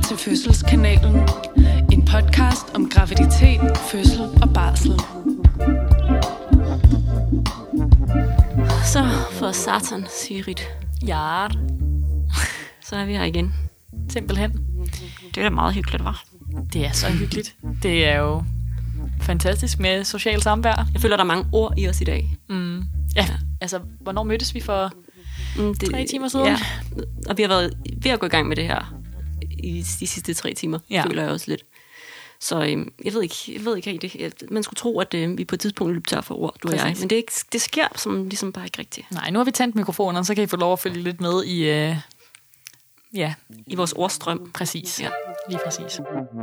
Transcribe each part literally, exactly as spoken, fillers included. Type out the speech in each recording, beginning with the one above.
til Fødselskanalen. En podcast om graviditet, fødsel og barsel. Så for satan, Sirit. Ja. Så er vi her igen. Simpelthen. Det er da meget hyggeligt, hva'? Det er så hyggeligt. Det er jo fantastisk med social samvær. Jeg føler, der er mange ord i os i dag. Mm. Ja, altså, hvornår mødtes vi for mm, det, tre timer siden? Ja, og vi har været ved at gå i gang med det her i de sidste tre timer, ja. Føler jeg også lidt. Så øhm, jeg ved ikke, jeg ved ikke helt det. Man skulle tro, at øh, vi på et tidspunkt løb tør for ord, du og jeg. Men det, ikke, det sker som, ligesom bare ikke rigtigt. Nej, nu har vi tændt mikrofonerne, så kan I få lov at følge lidt med i, øh, ja, i vores ordstrøm. Præcis. Ja. Lige præcis.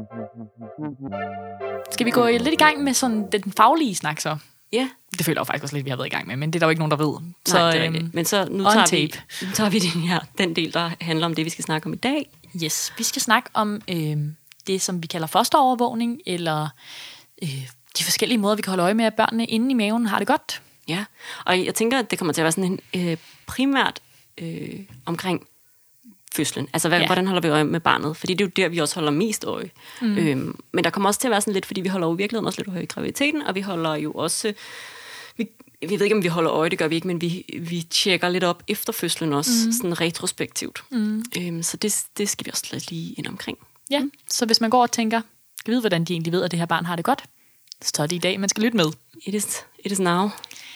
Skal vi gå lidt i gang med sådan den faglige snak så? Ja. Det føler jeg faktisk også lidt, vi har været i gang med, men det er der jo ikke nogen, der ved. Så, Nej, det er øhm, men så nu tager, vi, nu tager vi den her, den del, der handler om det, vi skal snakke om i dag. Yes, vi skal snakke om øh, det, som vi kalder fosterovervågning, eller øh, de forskellige måder, vi kan holde øje med, at børnene inde i maven har det godt. Ja, og jeg tænker, at det kommer til at være sådan en øh, primært øh, omkring fødslen. Altså, hvad, ja. Hvordan holder vi øje med barnet? Fordi det er jo der, vi også holder mest øje. Mm. Øhm, men der kommer også til at være sådan lidt, fordi vi holder jo virkelig også lidt øje i graviditeten, og vi holder jo også... Vi, vi ved ikke, om vi holder øje, det gør vi ikke, men vi, vi tjekker lidt op efter fødslen også, mm. sådan retrospektivt. Mm. Øhm, så det, det skal vi også lidt lige ind omkring. Ja, mm. Så hvis man går og tænker, kan vide, hvordan de egentlig ved, at det her barn har det godt, så er det i dag, man skal lytte med. It is, it is now.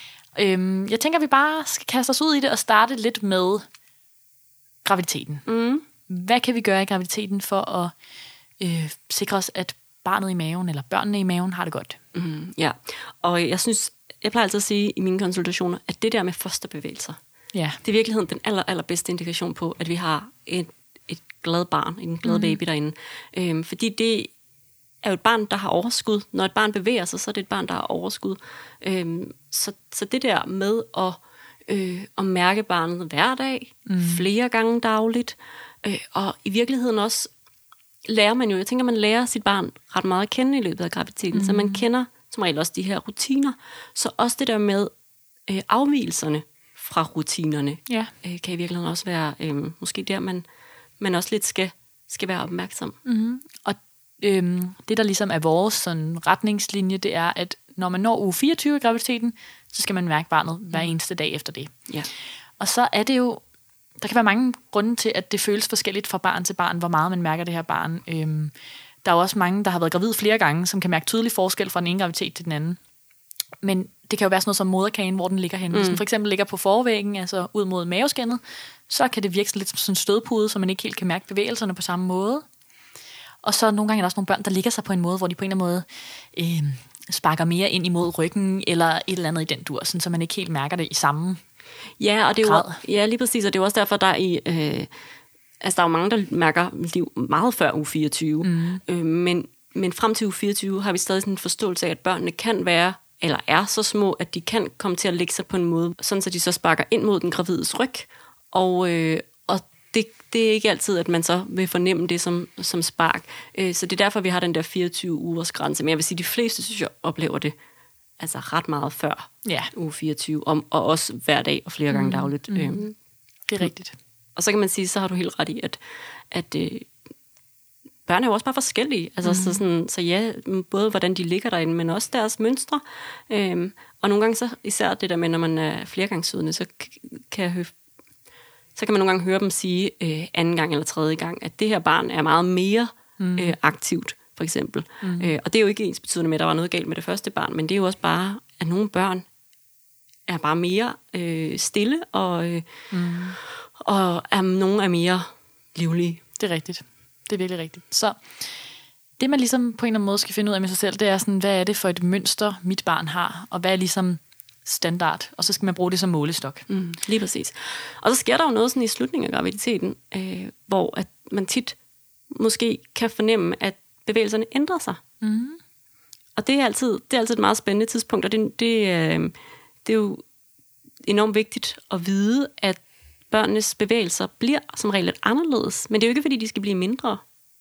Øhm, jeg tænker, vi bare skal kaste os ud i det og starte lidt med graviditeten. Mm. Hvad kan vi gøre i graviditeten for at øh, sikre os, at barnet i maven, eller børnene i maven, har det godt? Mm, ja, og jeg synes, jeg plejer altid at sige i mine konsultationer, at det der med fosterbevægelser, ja. Det er i virkeligheden den aller, allerbedste indikation på, at vi har et, et glad barn, en glad mm. baby derinde. Øhm, fordi det er jo et barn, der har overskud. Når et barn bevæger sig, så er det et barn, der har overskud. Øhm, så, så det der med at Øh, og mærke barnet hver dag, mm. flere gange dagligt, øh, og i virkeligheden også lærer man jo, jeg tænker, man lærer sit barn ret meget at kende i løbet af graviditeten, mm. så man kender som regel også de her rutiner, så også det der med øh, afvigelserne fra rutinerne, ja. øh, kan i virkeligheden også være, øh, måske der, man, man også lidt skal, skal være opmærksom. Mm. Og øhm, det, der ligesom er vores sådan, retningslinje, det er, at når man når uge fireogtyve i graviditeten, så skal man mærke barnet hver eneste dag efter det. Ja. Og så er det jo, der kan være mange grunde til, at det føles forskelligt fra barn til barn, hvor meget man mærker det her barn. Øhm, der er jo også mange, der har været gravid flere gange, som kan mærke tydelig forskel fra den ene graviditet til den anden. Men det kan jo være sådan noget som moderkagen, hvor den ligger henne. Mm. Hvis den for eksempel ligger på forvæggen, altså ud mod maveskindet, så kan det virke lidt som sådan en stødpude, så man ikke helt kan mærke bevægelserne på samme måde. Og så nogle gange er der også nogle børn, der ligger sig på en måde, hvor de på en eller anden måde øh, sparker mere ind imod ryggen, eller et eller andet i den dur, sådan, så man ikke helt mærker det i samme ja, og det er grad. Jo, ja, lige præcis, og det er også derfor, der er i... Øh, altså, der er jo mange, der mærker liv meget før uge fireogtyve, mm. øh, men, men frem til uge fireogtyve har vi stadig sådan en forståelse af, at børnene kan være, eller er så små, at de kan komme til at lægge sig på en måde, sådan så de så sparker ind mod den gravides ryg, og... Øh, Det, det er ikke altid, at man så vil fornemme det som, som spark. Så det er derfor, vi har den der fireogtyve ugers grænse. Men jeg vil sige, at de fleste, synes jeg, oplever det altså ret meget før ja. uge fireogtyve. Og, og også hver dag og flere gange dagligt. Mm. Mm. Det er rigtigt. Og så kan man sige, så har du helt ret i, at, at øh, børn er jo også bare forskellige. Altså, mm. så, sådan, så ja, både hvordan de ligger derinde, men også deres mønstre. Øhm, og nogle gange så, især det der med, når man er flergangsfødende, så kan jeg høre så kan man nogle gange høre dem sige øh, anden gang eller tredje gang, at det her barn er meget mere mm. øh, aktivt, for eksempel. Mm. Øh, og det er jo ikke ens betydende med, at der var noget galt med det første barn, men det er jo også bare, at nogle børn er bare mere øh, stille, og, øh, mm. og er, nogle er mere livlige. Det er rigtigt. Det er virkelig rigtigt. Så det, man ligesom på en eller anden måde skal finde ud af med sig selv, det er sådan, hvad er det for et mønster, mit barn har, og hvad er ligesom standard, og så skal man bruge det som målestok. Mm, lige præcis. Og så sker der jo noget sådan i slutningen af graviditeten, øh, hvor at man tit måske kan fornemme, at bevægelserne ændrer sig. Mm. Og det er, altid, det er altid et meget spændende tidspunkt, og det, det, øh, det er jo enormt vigtigt at vide, at børnenes bevægelser bliver som regel lidt anderledes, men det er jo ikke, fordi de skal blive mindre.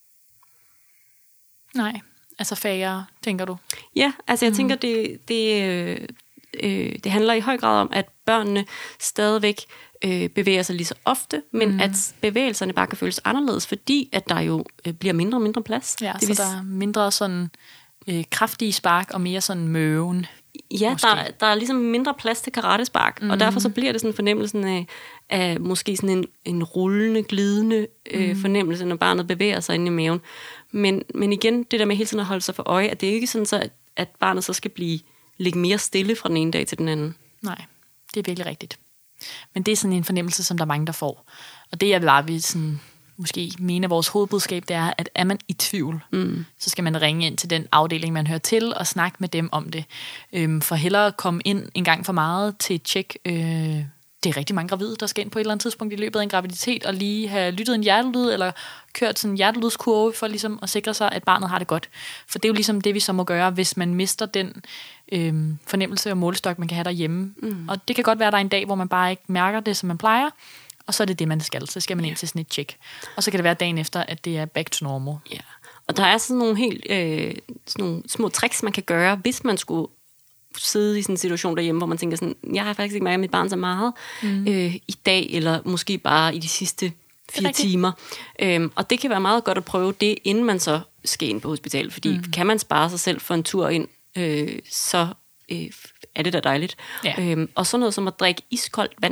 Nej, altså færre, tænker du? Ja, altså jeg mm. tænker, det... det øh, Øh, det handler i høj grad om, at børnene stadigvæk øh, bevæger sig lige så ofte, men mm. at bevægelserne bare kan føles anderledes, fordi at der jo øh, bliver mindre og mindre plads. Ja, det så vil... der er mindre sådan øh, kraftige spark og mere sådan møven. Ja, der, der er ligesom mindre plads til karatespark, mm. og derfor så bliver det sådan fornemmelsen af, af måske sådan en, en rullende, glidende øh, mm. fornemmelse, når barnet bevæger sig inde i maven. Men, men igen, det der med hele tiden at holde sig for øje, at det ikke sådan så, at barnet så skal blive ligge mere stille fra den ene dag til den anden. Nej, det er virkelig rigtigt. Men det er sådan en fornemmelse, som der er mange, der får. Og det, jeg bare vil sådan, måske mene, vores hovedbudskab, det er, at er man i tvivl, mm. så skal man ringe ind til den afdeling, man hører til, og snakke med dem om det. Øhm, for hellere komme ind en gang for meget til et tjek. Øh, det er rigtig mange gravide, der skal ind på et eller andet tidspunkt i løbet af en graviditet, og lige have lyttet en hjertelyd, eller kørt sådan en hjertelydskurve, for ligesom at sikre sig, at barnet har det godt. For det er jo ligesom det, vi så må gøre, hvis man mister den øhm, fornemmelse og målestok, man kan have derhjemme. Mm. Og det kan godt være, at der er en dag, hvor man bare ikke mærker det, som man plejer, og så er det det, man skal. Så skal man ind til sådan et tjek. Og så kan det være dagen efter, at det er back to normal. Ja. Og der er sådan nogle helt øh, sådan nogle små tricks, man kan gøre, hvis man skulle sidde i sådan en situation derhjemme, hvor man tænker sådan, jeg har faktisk ikke mærket mit barn så meget mm. øh, i dag, eller måske bare i de sidste fire timer. Øhm, og det kan være meget godt at prøve det, inden man så skal ind på hospitalet, fordi mm. kan man spare sig selv for en tur ind, øh, så øh, er det da dejligt. Ja. Øhm, og sådan noget som at drikke iskoldt vand,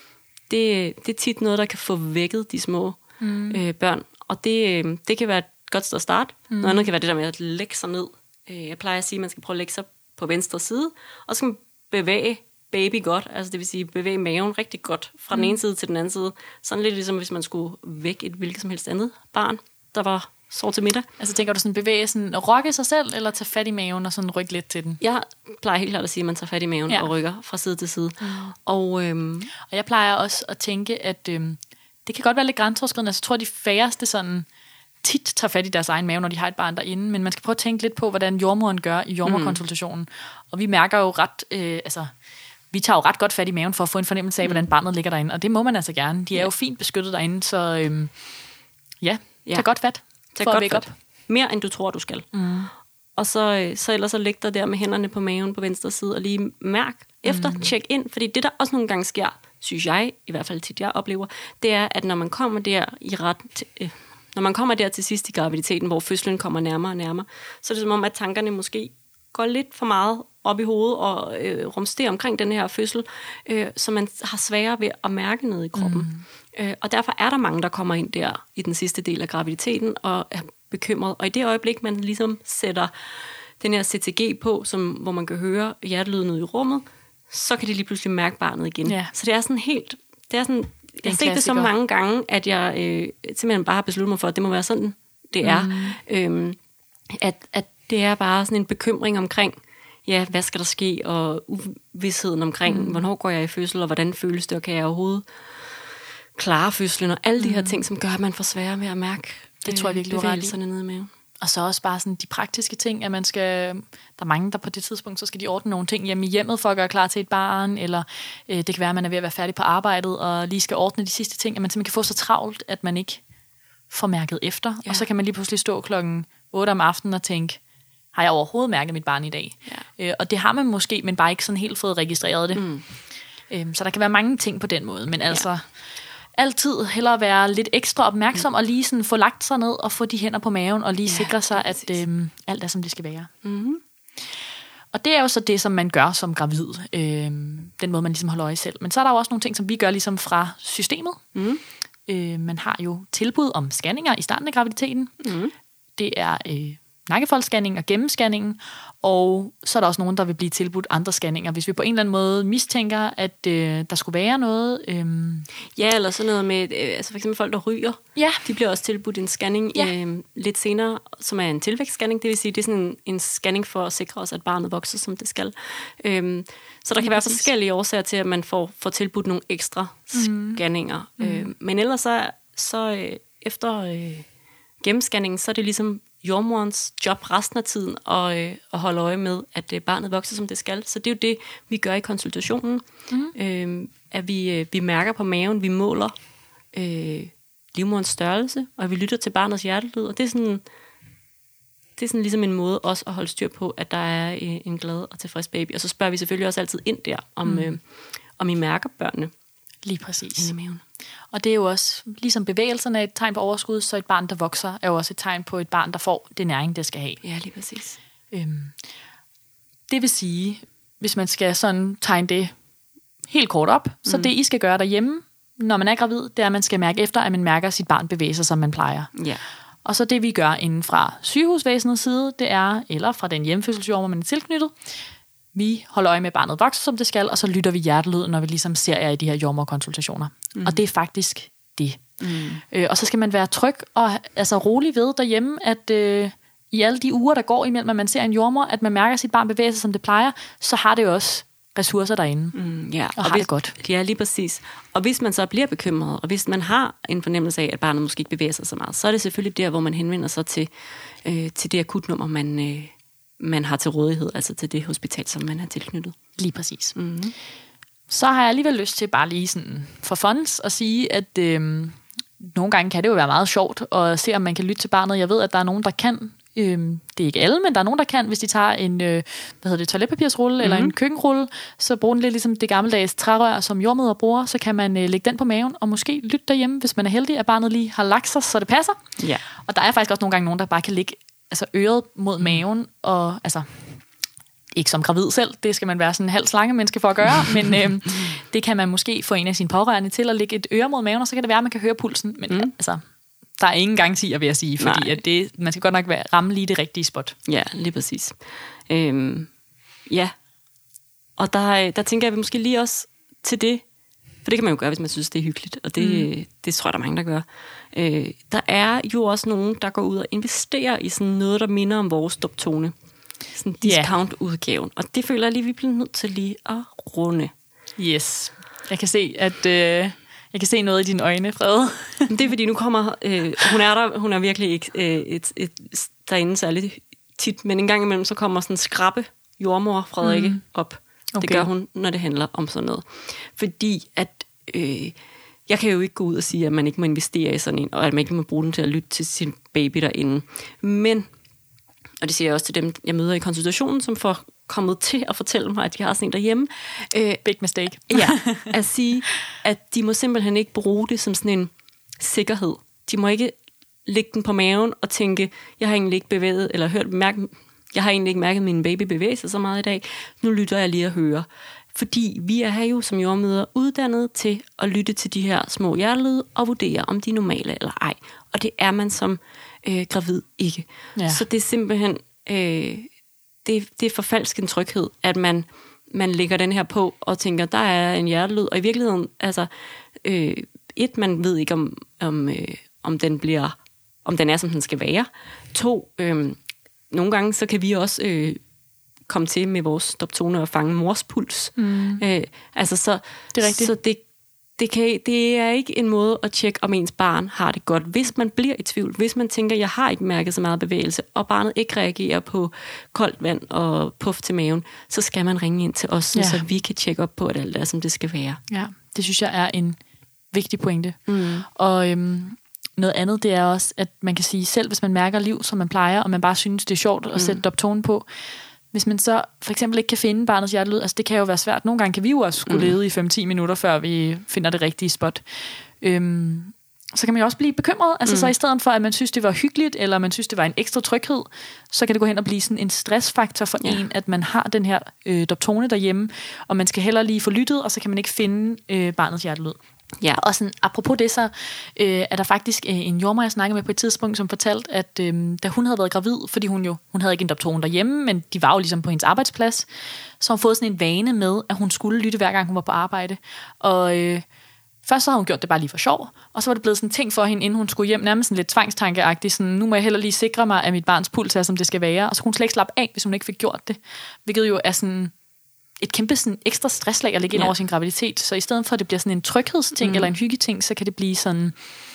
det, det er tit noget, der kan få vækket de små mm. øh, børn, og det, øh, det kan være et godt sted at starte. Mm. Noget andet kan være det der med at lægge sig ned. Øh, jeg plejer at sige, at man skal prøve at lægge sig på venstre side, og så skal man bevæge baby godt, altså det vil sige bevæge maven rigtig godt fra mm. den ene side til den anden side. Sådan lidt ligesom hvis man skulle vække et hvilket som helst andet barn, der var sov til middag. Altså tænker du sådan bevæge, sådan rokke sig selv, eller tage fat i maven og sådan rykke lidt til den? Jeg plejer helt klart at sige, at man tager fat i maven ja. og rykker fra side til side. Mm. Og, øhm, og jeg plejer også at tænke, at øhm, det kan godt være lidt grænseoverskridende. Altså, jeg tror, de færreste sådan tit tager fat i deres egen mave, når de har et barn derinde, men man skal prøve at tænke lidt på, hvordan jordmoren gør i jordmorkonsultationen. Mm. Og vi mærker jo ret, øh, altså, vi tager jo ret godt fat i maven for at få en fornemmelse af, mm. hvordan barnet ligger derinde, og det må man altså gerne. De er ja. jo fint beskyttet derinde, så øh, ja, ja, tag godt fat. Tag godt fat. Op. Mere end du tror, du skal. Mm. Og så, så ellers så ligge der der med hænderne på maven på venstre side, og lige mærk efter, mm. tjek ind, fordi det der også nogle gange sker, synes jeg, i hvert fald tit jeg oplever, det er, at når man kommer der i ret... Til, øh, Når man kommer der til sidst i graviditeten, hvor fødslen kommer nærmere og nærmere, så er det som om, at tankerne måske går lidt for meget op i hovedet og øh, rumsterer omkring den her fødsel, øh, så man har sværere ved at mærke noget i kroppen. Mm. Øh, og derfor er der mange, der kommer ind der i den sidste del af graviditeten og er bekymret. Og i det øjeblik, man ligesom sætter den her C T G på, som, hvor man kan høre hjertelyden ude i rummet, så kan de lige pludselig mærke barnet igen. Ja. Så det er sådan helt... Det er sådan... Jeg har set det så mange gange, at jeg øh, simpelthen bare har besluttet mig for, at det må være sådan, det er. Mm. Øhm, at, at det er bare sådan en bekymring omkring, ja, hvad skal der ske, og uvidsheden omkring, mm. hvornår går jeg i fødsel, og hvordan føles det, og kan jeg overhovedet klare fødslen, og alle de her mm. ting, som gør, at man får sværere ved at mærke det tror jeg virkelig, bevægelserne nede i maven. Og så også bare sådan de praktiske ting, at man skal, der er mange, der på det tidspunkt, så skal de ordne nogle ting hjemme i hjemmet for at gøre klar til et barn, eller øh, det kan være, at man er ved at være færdig på arbejdet, og lige skal ordne de sidste ting, at man simpelthen kan få så travlt, at man ikke får mærket efter, ja. Og så kan man lige pludselig stå klokken otte om aftenen og tænke, har jeg overhovedet mærket mit barn i dag? Ja. Øh, og det har man måske, men bare ikke sådan helt fået registreret det. Mm. Øh, så der kan være mange ting på den måde, men altså... Ja. Altid hellere være lidt ekstra opmærksom mm. og lige sådan få lagt sig ned og få de hænder på maven og lige ja, sikre sig, at øhm, alt er, som det skal være. Mm-hmm. Og det er jo så det, som man gør som gravid. Øhm, den måde, man ligesom holder øje selv. Men så er der jo også nogle ting, som vi gør ligesom fra systemet. Mm. Øh, man har jo tilbud om scanninger i starten af graviditeten. Mm. Det er øh, nakkefoldsscanning og gennemscanningen. Og så er der også nogen, der vil blive tilbudt andre scanninger, hvis vi på en eller anden måde mistænker, at øh, der skulle være noget. Øhm. Ja, eller sådan noget med, øh, altså for eksempel folk, der ryger. Ja. De bliver også tilbudt en scanning ja. øh, lidt senere, som er en tilvækstscanning. Det vil sige, det er sådan en, en scanning for at sikre os, at barnet vokser, som det skal. Øhm, så der kan være forskellige årsager til, at man får, får tilbudt nogle ekstra mm. scanninger. Mm. Øh, men ellers så, så øh, efter øh, gennemscanningen, så er det ligesom jordmorens job resten af tiden og, øh, at holde øje med, at øh, barnet vokser, som det skal. Så det er jo det, vi gør i konsultationen. Mm. Øh, at vi, øh, vi mærker på maven, vi måler øh, livmorens størrelse, og vi lytter til barnets hjertelyd. Og det er sådan, det er sådan ligesom en måde også at holde styr på, at der er øh, en glad og tilfreds baby. Og så spørger vi selvfølgelig også altid ind der, om, mm. øh, om I mærker børnene. Lige præcis. inde i maven. Og det er jo også, ligesom bevægelserne er et tegn på overskud, så et barn, der vokser, er jo også et tegn på et barn, der får det næring, det skal have. Ja, lige præcis. Øhm, det vil sige, hvis man skal sådan tegne det helt kort op, så mm. det, I skal gøre derhjemme, når man er gravid, det er, at man skal mærke efter, at man mærker, at sit barn bevæger sig, som man plejer. Ja. Og så det, vi gør inden fra sygehusvæsenets side, det er, eller fra den hjemmefødselsjord, man er tilknyttet, vi holder øje med, at barnet vokser, som det skal, og så lytter vi hjertelyd, når vi ligesom ser jer i de her jordemoderkonsultationer. Mm. Og det er faktisk det. Mm. Øh, og så skal man være tryg og altså rolig ved derhjemme, at øh, i alle de uger, der går imellem, at man ser en jordemoder, at man mærker, at sit barn bevæger sig, som det plejer, så har det jo også ressourcer derinde. Mm, ja. Og, og har hvis, det godt. Ja, lige præcis. Og hvis man så bliver bekymret, og hvis man har en fornemmelse af, at barnet måske ikke bevæger sig så meget, så er det selvfølgelig der, hvor man henvender sig til, øh, til det akutnummer, man, øh, man har til rådighed, altså til det hospital, som man har tilknyttet. Lige præcis. Mm-hmm. Så har jeg alligevel lyst til bare lige sådan for funds at sige, at øh, nogle gange kan det jo være meget sjovt at se, om man kan lytte til barnet. Jeg ved, at der er nogen, der kan. Øhm, det er ikke alle, men der er nogen, der kan, hvis de tager en øh, hvad hedder det, toiletpapirsrulle mm-hmm. eller en køkkenrulle, så bruger den lidt ligesom det gammeldags trærør, som jordmødre bruger, så kan man øh, lægge den på maven, og måske lytte derhjemme, hvis man er heldig, at barnet lige har lagt sig, så det passer. Ja. Og der er faktisk også nogle gange nogen, der bare kan lægge altså, øret mod maven, og altså, ikke som gravid selv, det skal man være sådan en halv slange menneske for at gøre, men øh, det kan man måske få en af sine pårørende til at lægge et øre mod maven, og så kan det være, at man kan høre pulsen, men mm. altså... Der er ingen garantier, vil jeg sige, fordi at det, man skal godt nok være, ramme lige det rigtige spot. Ja, lige præcis. Øhm, ja, og der, der tænker jeg, at vi måske lige også til det, for det kan man jo gøre, hvis man synes, det er hyggeligt, og det, mm. det tror jeg, der er mange, der gør. Øh, der er jo også nogen, der går ud og investerer i sådan noget, der minder om vores Doptone. Sådan en discount-udgaven. Og det føler jeg lige, vi bliver nødt til lige at runde. Yes. Jeg kan se, at... Øh Jeg kan se noget i dine øjne, Frede. Det er fordi, nu kommer... Øh, hun er der, hun er virkelig ikke øh, et, et, derinde særligt tit, men en gang imellem, så kommer sådan en skrappe jordmor Frederikke mm. op. Okay. Det gør hun, når det handler om sådan noget. Fordi at... Øh, jeg kan jo ikke gå ud og sige, at man ikke må investere i sådan en, og at man ikke må bruge den til at lytte til sin baby derinde. Men... Og det siger jeg også til dem, jeg møder i konsultationen, som får kommet til at fortælle mig, at de har sådan en derhjemme. Øh, Big mistake. Ja, at sige, at de må simpelthen ikke bruge det som sådan en sikkerhed. De må ikke lægge den på maven og tænke, jeg har egentlig ikke bevæget, eller hørt, mærke, jeg har egentlig ikke mærket, at min baby bevæger sig så meget i dag. Nu lytter jeg lige og hører. Fordi vi er her jo som jordmødre uddannet til at lytte til de her små hjertelyde og vurdere, om de er normale eller ej. Og det er man som øh, gravid ikke. Ja. Så det er simpelthen øh, det, det er forfalsket en tryghed, at man, man lægger den her på og tænker, der er en hjertelyd. Og i virkeligheden, altså, øh, et, man ved ikke, om, om, øh, om, den bliver, om den er, som den skal være. To, øh, nogle gange, så kan vi også... Øh, komme til med vores Doptone og fange mors puls. Mm. Øh, altså så, det er rigtigt. Så det, det, kan, det er ikke en måde at tjekke, om ens barn har det godt. Hvis man bliver i tvivl, hvis man tænker, jeg har ikke mærket så meget bevægelse, og barnet ikke reagerer på koldt vand og puff til maven, så skal man ringe ind til os, ja. Så vi kan tjekke op på, at alt er, som det skal være. Ja, det synes jeg er en vigtig pointe. Mm. Og øhm, noget andet, det er også, at man kan sige, selv hvis man mærker liv, som man plejer, og man bare synes, det er sjovt at mm. sætte Doptone på, hvis man så for eksempel ikke kan finde barnets hjertelyd, altså det kan jo være svært. Nogle gange kan vi jo også skulle mm. lede i fem til ti minutter, før vi finder det rigtige spot. Øhm, så kan man jo også blive bekymret. Altså mm. så i stedet for, at man synes, det var hyggeligt, eller man synes, det var en ekstra tryghed, så kan det gå hen og blive sådan en stressfaktor for ja. en, at man har den her øh, Doptone derhjemme, og man skal heller lige få lyttet, og så kan man ikke finde øh, barnets hjertelyd. Ja. Og sådan, apropos det, så øh, er der faktisk øh, en jordmor, jeg snakkede med på et tidspunkt, som fortalte, at øh, da hun havde været gravid, fordi hun jo hun havde ikke en Doptone derhjemme, men de var jo ligesom på hendes arbejdsplads, så hun fået sådan en vane med, at hun skulle lytte hver gang hun var på arbejde. Og øh, først så havde hun gjort det bare lige for sjov, og så var det blevet sådan en ting for hende, inden hun skulle hjem, nærmest sådan lidt tvangstankeagtigt, sådan, nu må jeg heller lige sikre mig, at mit barns puls er, som det skal være, og så kunne hun slet ikke slappe af, hvis hun ikke fik gjort det. Hvilket jo er sådan... et kæmpe sådan, ekstra stresslag at lægge ind ja. over sin graviditet. Så i stedet for, at det bliver sådan en tryghedsting mm. eller en hyggeting, så kan det blive sådan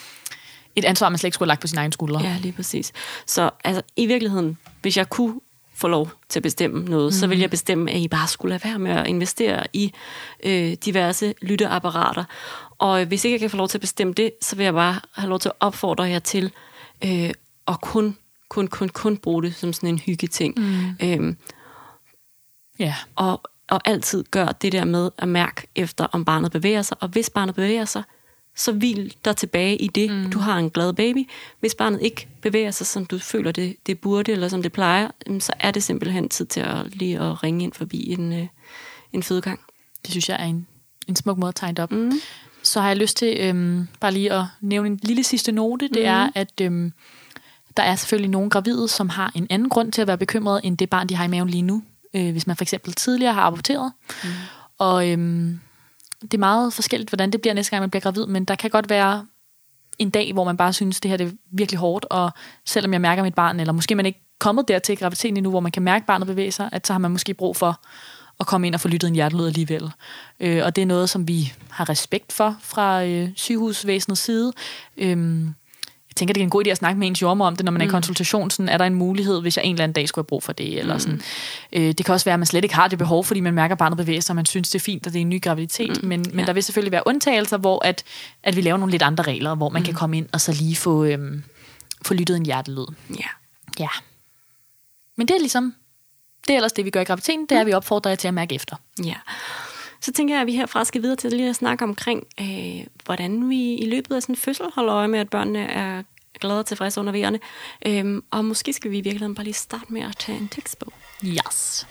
et ansvar, man slet ikke skulle have lagt på sine egne skuldre. Ja, lige præcis. Så altså, i virkeligheden, hvis jeg kunne få lov til at bestemme noget, mm. så ville jeg bestemme, at I bare skulle lade være med at investere i øh, diverse lytteapparater. Og hvis ikke jeg kan få lov til at bestemme det, så vil jeg bare have lov til at opfordre jer til øh, at kun, kun, kun, kun bruge det som sådan en hyggeting. Mm. Øhm, ja. Og og altid gør det der med at mærke efter, om barnet bevæger sig. Og hvis barnet bevæger sig, så hvil dig tilbage i det. Mm. Du har en glad baby. Hvis barnet ikke bevæger sig, som du føler, det, det burde, eller som det plejer, så er det simpelthen tid til at lige at ringe ind forbi en, øh, en fødegang. Det synes jeg er en, en smuk måde at tegne det op. Mm. Så har jeg lyst til øhm, bare lige at nævne en lille sidste note. Det mm. er, at øhm, der er selvfølgelig nogle gravide, som har en anden grund til at være bekymret, end det barn, de har i maven lige nu. Øh, hvis man for eksempel tidligere har aborteret. Mm. Og øhm, det er meget forskelligt, hvordan det bliver næste gang, man bliver gravid, men der kan godt være en dag, hvor man bare synes, det her det er virkelig hårdt, og selvom jeg mærker mit barn, eller måske man ikke kommet dertil i graviditeten endnu, hvor man kan mærke barnet bevæge sig, at så har man måske brug for at komme ind og få lyttet en hjertelyd alligevel. Øh, og det er noget, som vi har respekt for fra øh, sygehusvæsenets side. Øh, jeg tænker, det er en god idé at snakke med ens jordemoder om det, når man mm. er i konsultation. Sådan, er der en mulighed, hvis jeg en eller anden dag skulle have brug for det? Eller sådan. Øh, det kan også være, at man slet ikke har det behov, fordi man mærker, at barnet bevæger sig, og man synes, det er fint, at det er en ny graviditet. Mm. Men, men ja. der vil selvfølgelig være undtagelser, hvor at, at vi laver nogle lidt andre regler, hvor man mm. kan komme ind og så lige få, øh, få lyttet en hjertelyd. Ja. Ja. Men det er ligesom... Det er ellers det, vi gør i graviditeten, det er, at vi opfordrer jer til at mærke efter. Ja. Så tænker jeg, at vi herfra skal videre til lige at snakke omkring, øh, hvordan vi i løbet af sådan en fødsel holder øje med, at børnene er glade og tilfredse under vejerne. Øh, og måske skal vi i virkeligheden bare lige starte med at tage en tekstbog. Yes.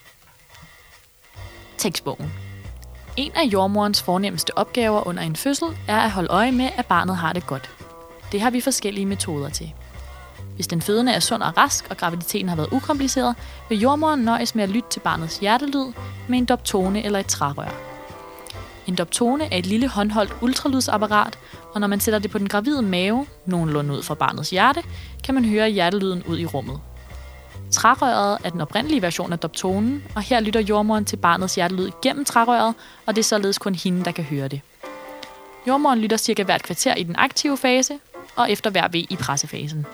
Tekstbogen. En af jordmorens fornemmeste opgaver under en fødsel er at holde øje med, at barnet har det godt. Det har vi forskellige metoder til. Hvis den fødende er sund og rask, og graviditeten har været ukompliceret, vil jordmoren nøjes med at lytte til barnets hjertelyd med en Doptone eller et trærør. En Doptone er et lille håndholdt ultralydsapparat, og når man sætter det på den gravide mave, nogenlunde ud fra barnets hjerte, kan man høre hjertelyden ud i rummet. Trærøret er den oprindelige version af Doptonen, og her lytter jordmoren til barnets hjertelyd gennem trærøret, og det er således kun hende, der kan høre det. Jordmoren lytter cirka hvert kvarter i den aktive fase, og efter hver V i pressefasen.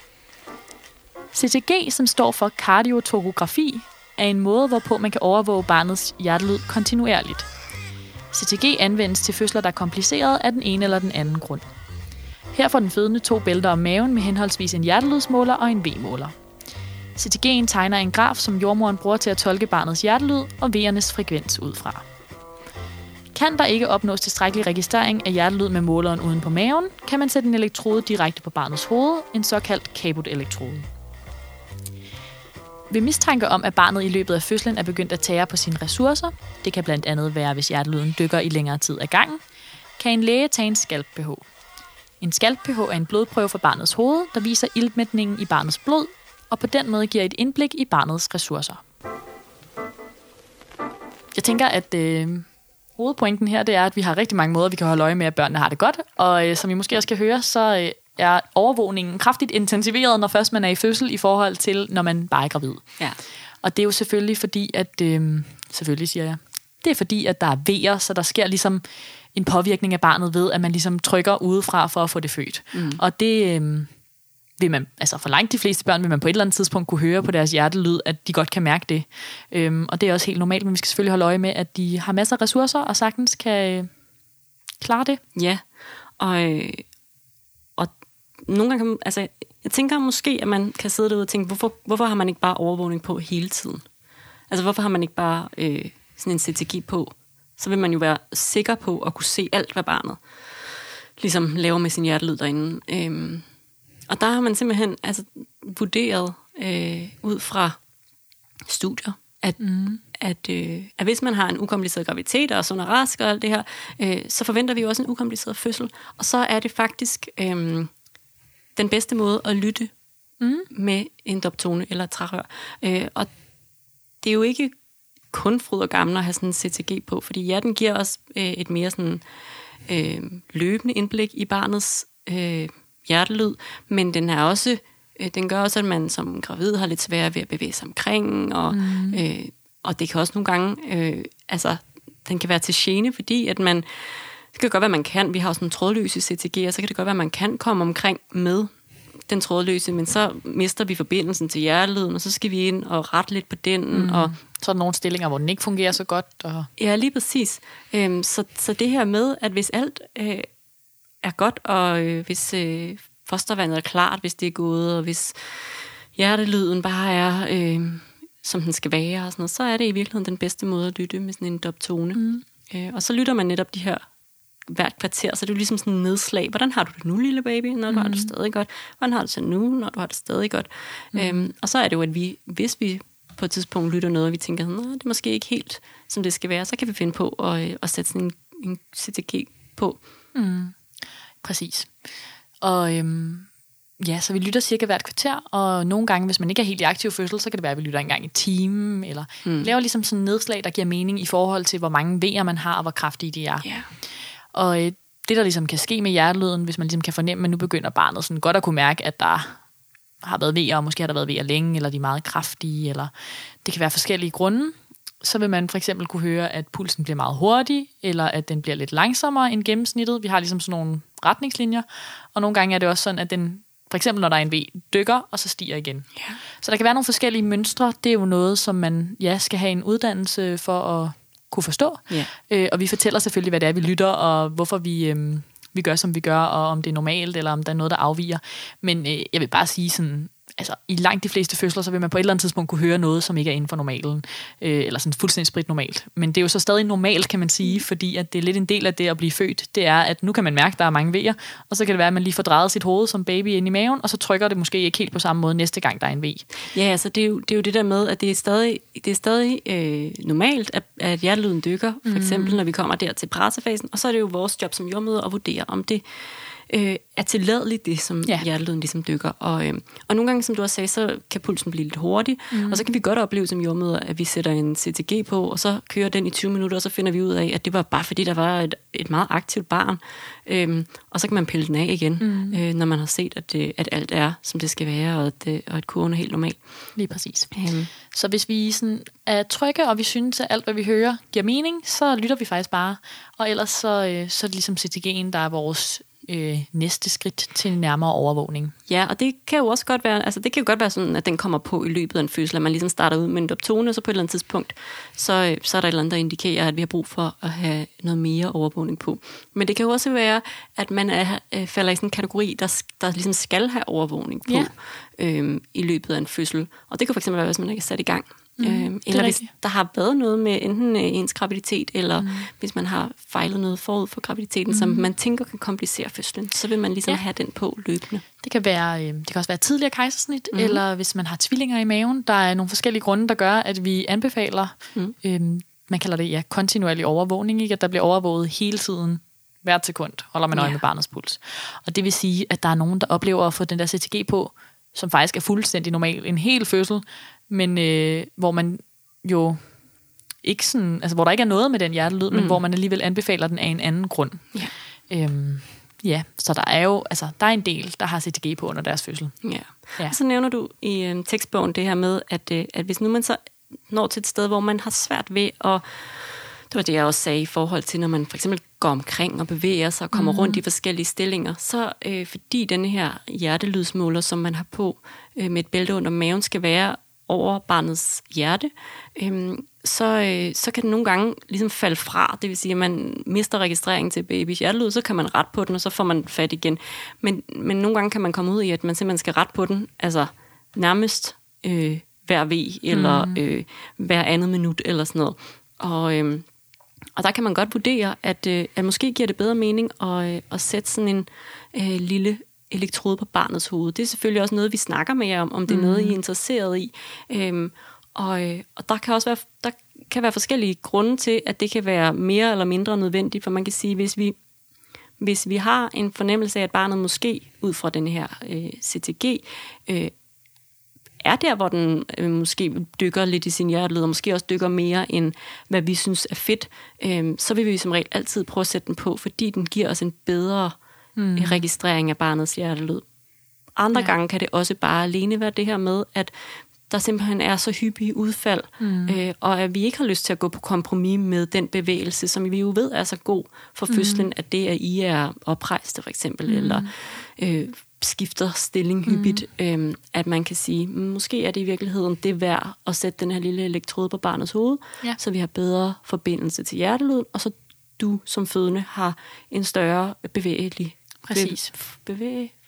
C T G, som står for kardiotokografi, er en måde, hvorpå man kan overvåge barnets hjertelyd kontinuerligt. C T G anvendes til fødsler, der er kompliceret af den ene eller den anden grund. Her får den fødende to bælter om maven med henholdsvis en hjertelydsmåler og en V-måler. C T G'en tegner en graf, som jordmoren bruger til at tolke barnets hjertelyd og V'ernes frekvens ud fra. Kan der ikke opnås tilstrækkelig registrering af hjertelyd med måleren uden på maven, kan man sætte en elektrode direkte på barnets hoved, en såkaldt Caput-elektrode. Ved mistanke om, at barnet i løbet af fødslen er begyndt at tære på sine ressourcer, det kan blandt andet være, hvis hjertelyden dykker i længere tid ad gangen, kan en læge tage en skalp-P H. En skalp-P H er en blodprøve for barnets hoved, der viser iltmætningen i barnets blod, og på den måde giver et indblik i barnets ressourcer. Jeg tænker, at øh, hovedpointen her, det er, at vi har rigtig mange måder, vi kan holde øje med, at børnene har det godt, og øh, som I måske også kan høre, så øh, er overvågningen kraftigt intensiveret, når først man er i fødsel, i forhold til, når man bare er gravid. Ja. Og det er jo selvfølgelig fordi, at... Øh, selvfølgelig siger jeg. Det er fordi, at der er vejer, så der sker ligesom en påvirkning af barnet ved, at man ligesom trykker udefra for at få det født. Mm. Og det øh, vil man... Altså for langt de fleste børn vil man på et eller andet tidspunkt kunne høre på deres hjertelyd, at de godt kan mærke det. Øh, og det er også helt normalt, men vi skal selvfølgelig holde øje med, at de har masser af ressourcer, og sagtens kan øh, klare det. Ja, og... Øh Nogle gange kan, altså, jeg tænker måske, at man kan sidde derude og tænke, hvorfor, hvorfor har man ikke bare overvågning på hele tiden? Altså, hvorfor har man ikke bare øh, sådan en C T G på? Så vil man jo være sikker på at kunne se alt, hvad barnet ligesom laver med sin hjertelyd derinde. Øhm, og der har man simpelthen altså, vurderet øh, ud fra studier, at, mm. at, øh, at hvis man har en ukompliceret graviditet og sund og rask og alt det her, øh, så forventer vi jo også en ukompliceret fødsel. Og så er det faktisk... Øh, den bedste måde at lytte mm. med en Doptone eller et trærør. Øh, og det er jo ikke kun fryd og gammel at have sådan en C T G på, fordi ja, den giver os øh, et mere sådan, øh, løbende indblik i barnets øh, hjertelyd, men den er også, øh, den gør også, at man som gravid har lidt sværere ved at bevæge sig omkring, og, mm. øh, og det kan også nogle gange, øh, altså, den kan være til gene, fordi at man det kan godt være, at man kan. Vi har også en trådløse C T G, og så kan det godt være, at man kan komme omkring med den trådløse, men så mister vi forbindelsen til hjertelyden, og så skal vi ind og rette lidt på den. Mm. Og så er der nogle stillinger, hvor den ikke fungerer så godt. Og... Ja, lige præcis. Øhm, så, så det her med, at hvis alt øh, er godt, og øh, hvis øh, fostervandet er klart, hvis det er gået, og hvis hjertelyden bare er... Øh, som den skal være, og sådan noget, så er det i virkeligheden den bedste måde at lytte med sådan en doptone. Mm. Øh, og så lytter man netop de her hvert kvarter, så det er jo ligesom sådan en nedslag. Hvordan har du det nu, lille baby, når du mm. har det stadig godt? Hvordan har du det nu, når du har det stadig godt? Mm. Øhm, og så er det jo, at vi, hvis vi på et tidspunkt lytter noget, og vi tænker, det er måske ikke helt, som det skal være, så kan vi finde på at, at sætte sådan en, en C T G på. Mm. Præcis. Og øhm, ja, så vi lytter cirka hvert kvarter, og nogle gange, hvis man ikke er helt i aktiv fødsel, så kan det være, at vi lytter en gang i timen, eller mm. laver ligesom sådan en nedslag, der giver mening i forhold til, hvor mange vejer man har, og hvor kraftige de er. Yeah. Og øh, det, der ligesom kan ske med hjertelyden, hvis man ligesom kan fornemme, at nu begynder barnet sådan godt at kunne mærke, at der har været vejer, og måske har der været vejer længe, eller de er meget kraftige, eller det kan være forskellige grunde, så vil man for eksempel kunne høre, at pulsen bliver meget hurtig, eller at den bliver lidt langsommere end gennemsnittet. Vi har ligesom sådan nogle retningslinjer, og nogle gange er det også sådan, at den, for eksempel når der er en V, dykker, og så stiger igen. Yeah. Så der kan være nogle forskellige mønstre. Det er jo noget, som man ja, skal have en uddannelse for at kunne forstå. Yeah. Øh, og vi fortæller selvfølgelig, hvad det er, vi lytter, og hvorfor vi, øh, vi gør, som vi gør, og om det er normalt, eller om der er noget, der afviger. Men øh, jeg vil bare sige sådan, altså i langt de fleste fødsler, så vil man på et eller andet tidspunkt kunne høre noget, som ikke er inden for normalen, øh, eller sådan fuldstændig sprit normalt. Men det er jo så stadig normalt, kan man sige, fordi at det er lidt en del af det at blive født. Det er, at nu kan man mærke, at der er mange vejer, og så kan det være, at man lige får drejet sit hoved som baby ind i maven, og så trykker det måske ikke helt på samme måde næste gang, der er en ve. Ja, altså det er jo det, er jo det der med, at det er stadig, det er stadig øh, normalt, at, at hjertelyden dykker, for mm. eksempel når vi kommer der til pressefasen, og så er det jo vores job som jordmødre at vurdere, om det øh, er tilladeligt, det som ja. hjertelyden ligesom dykker. Og, øh, og nogle gange, som du også sagde, så kan pulsen blive lidt hurtig, mm. og så kan vi godt opleve som jordmødre, at vi sætter en C T G på, og så kører den i tyve minutter, og så finder vi ud af, at det var bare fordi, der var et, et meget aktivt barn. Øh, og så kan man pille den af igen, mm. øh, når man har set, at, det, at alt er, som det skal være, og at, og at kurven er helt normal. Lige præcis. Mm. Så hvis vi sådan er trygge, og vi synes, at alt, hvad vi hører, giver mening, så lytter vi faktisk bare. Og ellers så, øh, så er det ligesom C T G'en, der er vores Øh, næste skridt til en nærmere overvågning. Ja, og det kan jo også godt være, altså det kan jo godt være sådan, at den kommer på i løbet af en fødsel, at man ligesom starter ud med en doptone, og så på et eller andet tidspunkt, så, så er der et eller andet, der indikerer, at vi har brug for at have noget mere overvågning på. Men det kan jo også være, at man er, øh, falder i sådan en kategori, der, der ligesom skal have overvågning på ja. øh, i løbet af en fødsel. Og det kan for eksempel være, hvis man ikke er sat i gang. Mm, øhm, eller hvis der har været noget med enten ens graviditet, eller mm. hvis man har fejlet noget forud for graviditeten, mm. som man tænker kan komplicere fødslen, så vil man ligesom ja. have den på løbende. Det kan, være, øh, det kan også være tidligere kejsersnit, mm. eller hvis man har tvillinger i maven. Der er nogle forskellige grunde, der gør, at vi anbefaler, mm. øh, man kalder det ja, kontinuerlig overvågning, ikke? At der bliver overvåget hele tiden, hvert sekund, holder man øje ja. med barnets puls. Og det vil sige, at der er nogen, der oplever at få den der C T G på, som faktisk er fuldstændig normal, en hel fødsel, men øh, hvor man jo ikke sådan, altså hvor der ikke er noget med den hjertelyd, mm. men hvor man alligevel anbefaler den af en anden grund. Ja. Øhm, ja, så der er jo, altså der er en del, der har C T G på under deres fødsel. Ja. Ja. Og så nævner du i øh, tekstbogen det her med, at, øh, at hvis nu man så når til et sted, hvor man har svært ved at, det var det, jeg også sagde i forhold til, når man for eksempel går omkring og bevæger sig og kommer mm. rundt i forskellige stillinger, så øh, fordi denne her hjertelydsmåler, som man har på øh, med et bælte under maven, skal være over barnets hjerte, øhm, så, øh, så kan den nogle gange ligesom falde fra. Det vil sige, at man mister registreringen til babys hjertelyd, så kan man rette på den, og så får man fat igen. Men, men nogle gange kan man komme ud i, at man simpelthen skal rette på den, altså nærmest øh, hver V, eller mm. øh, hver andet minut, eller sådan noget. Og, øh, og der kan man godt vurdere, at, øh, at måske giver det bedre mening at, øh, at sætte sådan en øh, lille elektrode på barnets hoved. Det er selvfølgelig også noget, vi snakker med jer om, om det er noget, I er interesseret i. Øhm, og, og der kan også være, der kan være forskellige grunde til, at det kan være mere eller mindre nødvendigt, for man kan sige, hvis vi, hvis vi har en fornemmelse af, at barnet måske, ud fra den her øh, C T G, øh, er der, hvor den øh, måske dykker lidt i sin hjertelyd, og måske også dykker mere, end hvad vi synes er fedt, øh, så vil vi som regel altid prøve at sætte den på, fordi den giver os en bedre Mm. registrering af barnets hjertelyd. Andre ja. gange kan det også bare alene være det her med, at der simpelthen er så hyppige udfald, mm. øh, og at vi ikke har lyst til at gå på kompromis med den bevægelse, som vi jo ved er så god for fødslen, mm. at det, at I er oprejste for eksempel, mm. eller øh, skifter stilling hyppigt, mm. øh, at man kan sige, måske er det i virkeligheden det værd at sætte den her lille elektrode på barnets hoved, ja. så vi har bedre forbindelse til hjertelyd, og så du som fødende har en større bevægelig Præcis. Bevæge,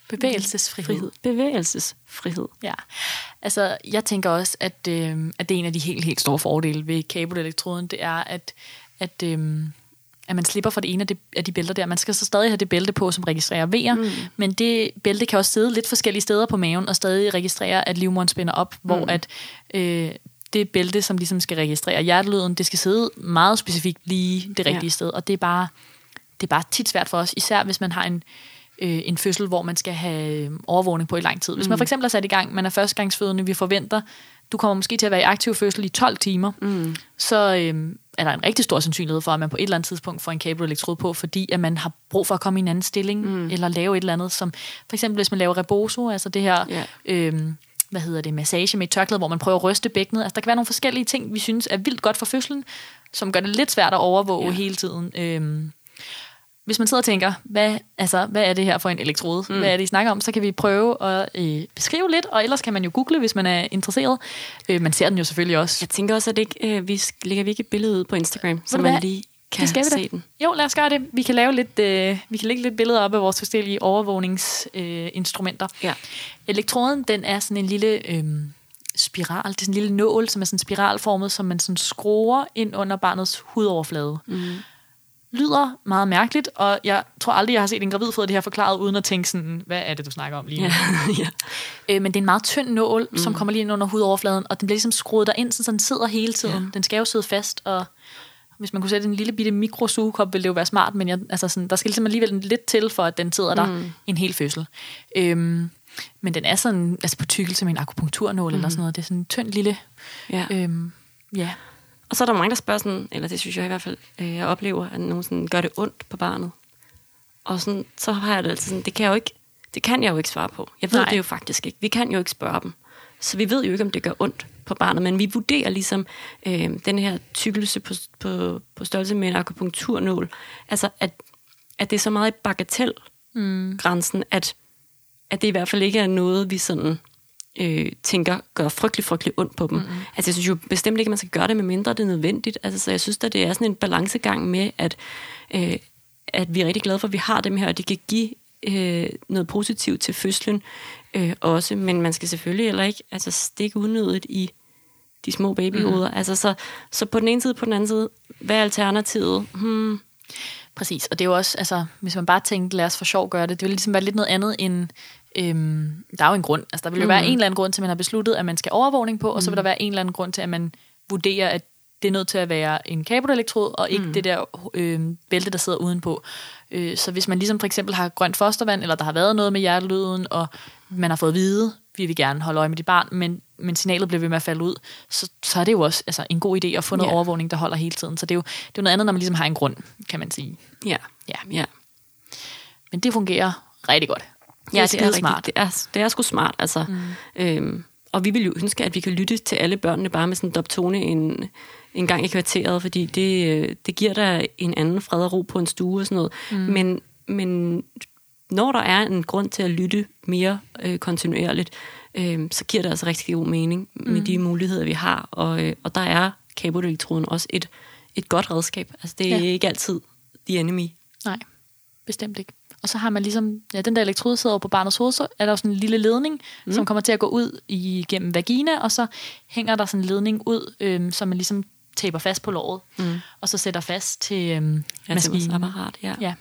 Bevægelsesfrihed. Bevægelsesfrihed. Ja, altså jeg tænker også, at, øh, at det er en af de helt, helt store fordele ved kabelelektroden, det er, at, at, øh, at man slipper for det ene af de, af de bælter der. Man skal så stadig have det bælte på, som registrerer vejer, mm. men det bælte kan også sidde lidt forskellige steder på maven, og stadig registrere, at livmoderen spænder op, mm. hvor at øh, det bælte, som ligesom skal registrere hjertelyden, det skal sidde meget specifikt lige det rigtige ja. sted, og det er bare, det er bare tit svært for os, især hvis man har en øh, en fødsel, hvor man skal have overvågning på i lang tid. Hvis man for eksempel er sat i gang, man er førstegangsfødende, vi forventer, du kommer måske til at være i aktiv fødsel i tolv timer, mm. så øh, er der en rigtig stor sandsynlighed for, at man på et eller andet tidspunkt får en kabelelektrode på, fordi at man har brug for at komme i en anden stilling, mm. eller lave et eller andet, som for eksempel hvis man laver rebozo, altså det her, yeah. øh, hvad hedder det, massage med et tørklæde, hvor man prøver at ryste bækkenet. Altså der kan være nogle forskellige ting, vi synes er vildt godt for fødslen, som gør det lidt svært at overvåge yeah. hele tiden. Øh, Hvis man sidder og tænker, hvad, altså, hvad er det her for en elektrode? Mm. Hvad er det, I snakker om? Så kan vi prøve at øh, beskrive lidt, og ellers kan man jo google, hvis man er interesseret. Øh, man ser den jo selvfølgelig også. Jeg tænker også, at det ikke, øh, vi lægger vi ikke et billede ud på Instagram, så man lige kan se den. Jo, lad os gøre det. Vi kan lave lidt, øh, vi kan lægge lidt billeder op af vores forskellige overvågningsinstrumenter. Øh, ja. Elektroden, den er sådan en lille øh, spiral, det er sådan en lille nål, som er sådan spiralformet, som man sådan skruer ind under barnets hudoverflade. Mm. Lyder meget mærkeligt, og jeg tror aldrig, jeg har set en gravid få det her forklaret, uden at tænke sådan, hvad er det, du snakker om lige nu? Ja, ja. Øh, men det er en meget tynd nål, mm. som kommer lige ind under hudoverfladen, og den bliver ligesom skruet derind, så den sidder hele tiden. Ja. Den skal jo sidde fast, og hvis man kunne sætte en lille bitte mikrosugekop, ville det jo være smart, men jeg, altså sådan, der skal ligesom alligevel lidt til, for at den sidder der mm. en hel fødsel. Øhm, men den er sådan, altså på tykkelse med en akupunkturnål mm. eller sådan noget. Det er sådan en tynd lille... Ja. Øhm, ja. Og så er der mange, der spørger sådan, eller det synes jeg i hvert fald, øh, jeg oplever, at nogen sådan gør det ondt på barnet. Og sådan, så har jeg det altid sådan, det kan jeg jo ikke, det kan jeg jo ikke svare på. Jeg ved Nej. det jo faktisk ikke. Vi kan jo ikke spørge dem. Så vi ved jo ikke, om det gør ondt på barnet, men vi vurderer ligesom øh, den her tykkelse på, på, på størrelse med en akupunkturnål. Altså, at, at det er så meget i bagatelgrænsen, mm. at, at det i hvert fald ikke er noget, vi sådan... Øh, tænker, gør frygtelig, frygtelig ondt på dem. Mm-hmm. Altså jeg synes jo bestemt ikke, at man skal gøre det, med mindre det er nødvendigt. Altså så jeg synes, at det er sådan en balancegang med, at, øh, at vi er rigtig glade for, at vi har dem her, og det kan give øh, noget positivt til fødslen øh, også, men man skal selvfølgelig heller ikke altså, stikke unødigt i de små babyhoveder. Mm-hmm. Altså så, så på den ene side, på den anden side, hvad er alternativet? Hmm. Præcis, og det er jo også, altså hvis man bare tænker, lad os for sjov gøre det, det vil ligesom være lidt noget andet end Øhm, der er jo en grund. Altså, der vil jo mm. være en eller anden grund til, at man har besluttet, at man skal overvågning på, og så vil der være en eller anden grund til, at man vurderer, at det er nødt til at være en kabelelektrode, og ikke mm. det der øh, bælte, der sidder udenpå. Øh, så hvis man ligesom for eksempel har grønt fostervand, eller der har været noget med hjertelyden, og man har fået at vide, vi vil gerne holde øje med dit barn, men, men signalet bliver ved med at falde ud, så, så er det jo også altså, en god idé at få noget yeah. overvågning, der holder hele tiden. Så det er jo, det er jo noget andet, når man ligesom har en grund, kan man sige. Ja, ja, ja. Men det fungerer rigtig godt. Ja, det er, det er smart. Det er, det er sgu smart, altså. Mm. Øhm, og vi vil jo ønske, at vi kan lytte til alle børnene bare med sådan en doptone en, en gang i kvarteret, fordi det, det giver dig en anden fred og ro på en stue og sådan noget. Mm. Men, men når der er en grund til at lytte mere øh, kontinuerligt, øh, så giver det altså rigtig god mening mm. med de muligheder, vi har. Og, øh, og der er kabelelektroden også et, et godt redskab. Altså, det er ja. ikke altid the enemy. Nej, bestemt ikke. Og så har man ligesom, ja, den der elektrode sidder over på barnets hoved, så er der sådan en lille ledning, mm. som kommer til at gå ud igennem vagina, og så hænger der sådan en ledning ud, øhm, som man ligesom taper fast på låret, mm. og så sætter fast til øhm, ja, maskinen. Apparat, ja. ja.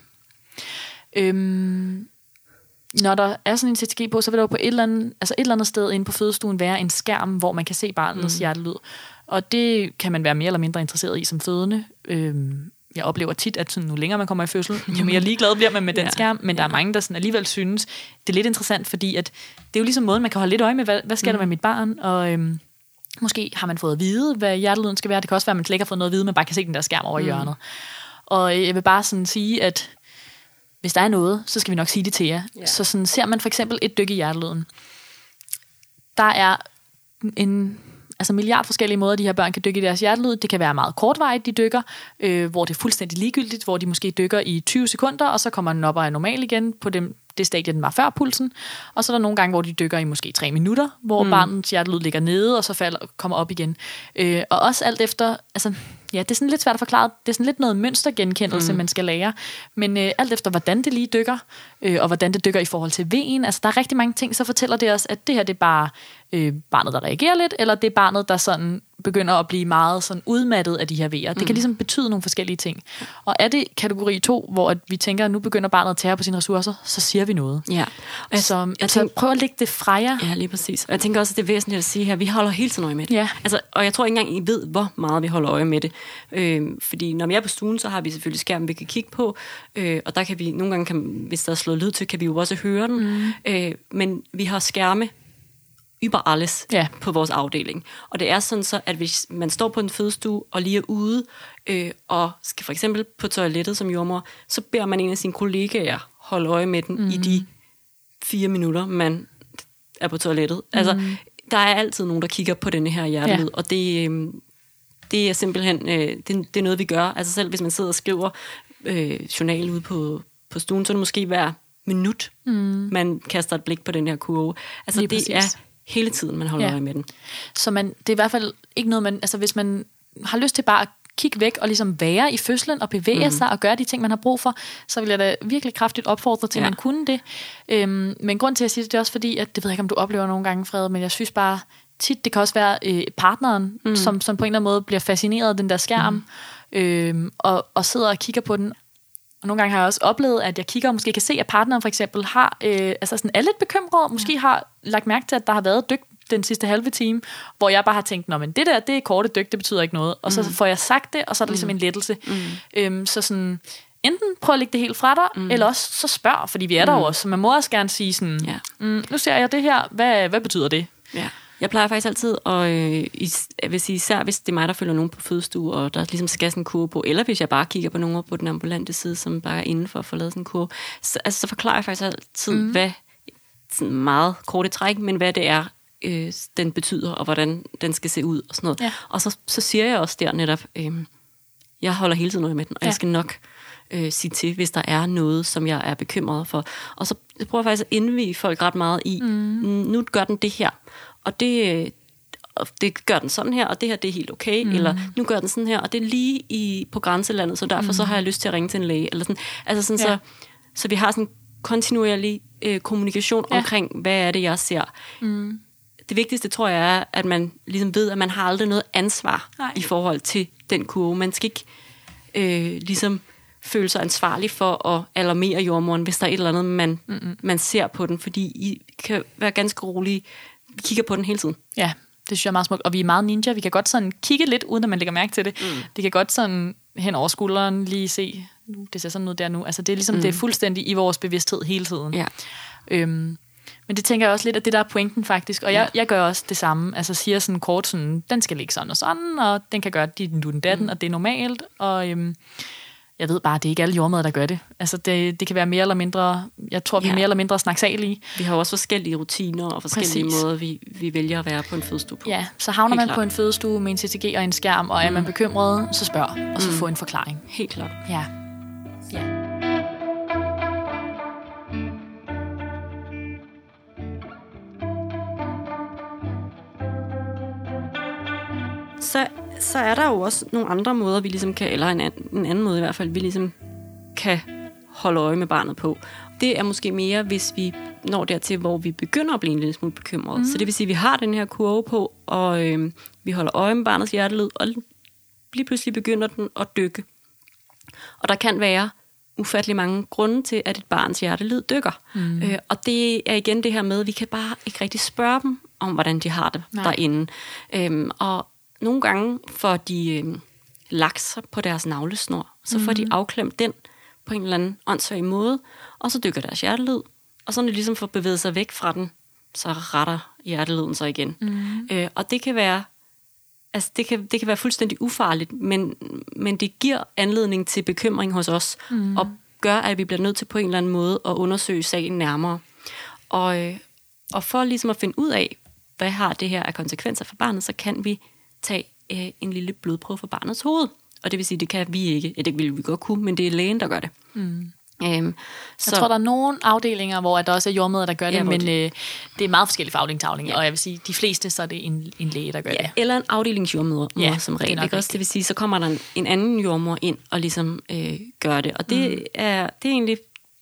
Øhm, når der er sådan en C T G på, så vil der jo på et eller andet, altså et eller andet sted inde på fødestuen være en skærm, hvor man kan se barnets mm. hjertelyd. Og det kan man være mere eller mindre interesseret i som fødende. Øhm, Jeg oplever tit, at sådan, nu længere man kommer i fødsel, jo mere ligeglad bliver man med den ja, skærm, men ja. der er mange, der sådan alligevel synes, det er lidt interessant, fordi at det er jo ligesom måden, man kan holde lidt øje med, hvad, hvad sker mm. der med mit barn, og øhm, måske har man fået at vide, hvad hjertelyden skal være. Det kan også være, at man slet ikke har fået noget at vide, men bare kan se den der skærm over mm. hjørnet. Og jeg vil bare sådan sige, at hvis der er noget, så skal vi nok sige det til jer. Ja. Så sådan, ser man for eksempel et dyk i hjertelyden. Der er en... Altså milliard forskellige måder, de her børn kan dykke i deres hjertelyd. Det kan være meget kortvarigt, de dykker, øh, hvor det er fuldstændig ligegyldigt, hvor de måske dykker i tyve sekunder, og så kommer den op og er normal igen på dem, det stadie, den var før pulsen. Og så er der nogle gange, hvor de dykker i måske tre minutter, hvor mm. barnets hjertelyd ligger nede, og så falder, kommer op igen. Øh, og også alt efter, altså ja, det er sådan lidt svært at forklare, det er sådan lidt noget mønstergenkendelse, mm. man skal lære. Men øh, alt efter, hvordan det lige dykker, øh, og hvordan det dykker i forhold til veen. Altså, der er rigtig mange ting, så fortæller det os, at det her, det er bare øh, barnet, der reagerer lidt, eller det er barnet, der sådan begynder at blive meget sådan udmattet af de her vejer. Det kan ligesom betyde nogle forskellige ting. Og er det kategori to, hvor at vi tænker, at nu begynder barnet at tære på sine ressourcer, så siger vi noget. Ja. Og jeg, så, jeg tænker, prøv at lægge det fra jer. Ja, lige præcis. Og jeg tænker også, at det er væsentligt at sige her, at vi holder hele tiden øje med det. Ja. Altså, og jeg tror ikke engang, I ved, hvor meget vi holder øje med det. Øh, fordi når vi er på stuen, så har vi selvfølgelig skærmen, vi kan kigge på, øh, og der kan vi, nogle gange, kan, hvis der er slået lyd til, kan vi jo også høre den. Mm. Øh, men vi har skærme über alles ja. på vores afdeling. Og det er sådan så, at hvis man står på en fødestue og lige er ude, øh, og skal for eksempel på toilettet som jordmor, så beder man en af sine kollegaer holde øje med den mm. i de fire minutter, man er på toilettet. Mm. Altså, der er altid nogen, der kigger på denne her hjertelyd, ja. og det, øh, det er simpelthen øh, det, det er noget, vi gør. Altså selv hvis man sidder og skriver øh, journal ude på, på stuen, så er det måske hver minut, mm. man kaster et blik på den her kurve. Altså lige det præcis. er hele tiden, man holder ja. øje med den. Så man, det er i hvert fald ikke noget, man, altså hvis man har lyst til bare at kigge væk og ligesom være i fødslen og bevæge mm. sig og gøre de ting, man har brug for, så vil jeg da virkelig kraftigt opfordre til, at ja. man kunne det. Øhm, men grund til at sige det, det er også fordi, at det ved jeg ikke, om du oplever nogle gange, Frede, men jeg synes bare tit, det kan også være øh, partneren, mm. som, som på en eller anden måde bliver fascineret af den der skærm, mm. øhm, og, og sidder og kigger på den. Og nogle gange har jeg også oplevet, at jeg kigger og måske kan se, at partneren for eksempel har, øh, altså sådan er lidt bekymret, og måske ja. har lagt mærke til, at der har været dyk den sidste halve time, hvor jeg bare har tænkt, nå, men det der, det er korte dyk, det betyder ikke noget. Og så mm. får jeg sagt det, og så er der ligesom mm. en lettelse. Mm. Øhm, så sådan, enten prøv at lægge det helt fra dig, mm. eller også så spørg, fordi vi er mm. der jo også. Så man må også gerne sige sådan, ja. mm, nu ser jeg det her, hvad, hvad betyder det? Ja. Jeg plejer faktisk altid, og øh, jeg vil sige, især hvis det er mig, der følger nogen på fødestue, og der ligesom skal sådan en kurve på, eller hvis jeg bare kigger på nogen på den ambulante side, som bare er inden for at få lavet sådan en kurve, så, altså, så forklarer jeg faktisk altid, mm. hvad, sådan meget korte træk, men hvad det er, øh, den betyder, og hvordan den skal se ud, og sådan noget. Ja. Og så, så siger jeg også der netop, øh, jeg holder hele tiden øje med den, og ja. jeg skal nok øh, sige til, hvis der er noget, som jeg er bekymret for. Og så prøver jeg faktisk at indvige folk ret meget i, mm. nu gør den det her, og det, det gør den sådan her, og det her, det er helt okay, mm. eller nu gør den sådan her, og det er lige i, på grænselandet, så derfor mm. så har jeg lyst til at ringe til en læge, eller sådan. Altså sådan, ja. så, så vi har sådan en kontinuerlig øh, kommunikation ja. omkring, hvad er det, jeg ser. Mm. Det vigtigste, tror jeg, er, at man ligesom ved, at man har aldrig noget ansvar Nej. i forhold til den kurve. Man skal ikke øh, ligesom føle sig ansvarlig for at alarmere jordmoren, hvis der er et eller andet, man, man ser på den, fordi I kan være ganske rolige. Vi kigger på den hele tiden. Ja, det synes jeg er meget smukt. Og vi er meget ninja. Vi kan godt sådan kigge lidt, uden at man lægger mærke til det. Mm. Det kan godt sådan hen over skulderen lige se, nu, det ser sådan ud der nu. Altså det er ligesom, mm. det er fuldstændig i vores bevidsthed hele tiden. Ja. Øhm, men det tænker jeg også lidt, at det der er pointen faktisk. Og jeg, ja. jeg gør også det samme. Altså siger sådan kort, sådan, den skal ligge sådan og sådan, og den kan gøre dit, du den datten, mm. og det er normalt. Og øhm, jeg ved bare, det er ikke alle jordmødre, der gør det. Altså det, det kan være mere eller mindre, jeg tror, vi ja. er mere eller mindre snaksalige. Vi har også forskellige rutiner og forskellige Præcis. måder, vi, vi vælger at være på en fødestue på. Ja, så havner Helt man klart. på en fødestue med en C T G og en skærm, og er mm. man bekymret, så spørg, og så mm. få en forklaring. Helt klart. Ja. Ja. Så, så er der jo også nogle andre måder, vi ligesom kan, eller en anden, en anden måde i hvert fald, vi ligesom kan holde øje med barnet på. Det er måske mere, hvis vi når dertil, hvor vi begynder at blive en lille smule bekymrede. Mm. Så det vil sige, at vi har den her kurve på, og øh, vi holder øje med barnets hjertelyd, og lige pludselig begynder den at dykke. Og der kan være ufattelig mange grunde til, at et barns hjertelyd dykker. Mm. Øh, og det er igen det her med, at vi kan bare ikke rigtig spørge dem om, hvordan de har det Nej. derinde. Øhm, og nogle gange får de øh, lakser på deres navlesnor, så får mm. de afklemt den på en eller anden åndssvag måde, og så dykker deres hjertelyd, og så når de ligesom får bevæget sig væk fra den, så retter hjertelyden sig igen. Mm. Øh, og det kan være altså det kan, det kan være fuldstændig ufarligt, men, men det giver anledning til bekymring hos os, mm. og gør, at vi bliver nødt til på en eller anden måde at undersøge sagen nærmere. Og, øh, og for ligesom at finde ud af, hvad har det her af konsekvenser for barnet, så kan vi tage øh, en lille blodprøve for barnets hoved. Og det vil sige, det kan vi ikke. Ja, det ville vi godt kunne, men det er lægen, der gør det. Mm. Øhm, så. Jeg tror, der er nogle afdelinger, hvor der også er jordmødre, der gør det, ja, men det. Øh, det er meget forskellige fra afdeling til afdeling. Ja. Og jeg vil sige, de fleste, så er det en, en læge, der gør ja, det. Eller en afdelingsjordmødre, ja, som regel. Det, også, det vil sige, så kommer der en, en anden jordmor ind og ligesom øh, gør det. Og det, mm. er, det er egentlig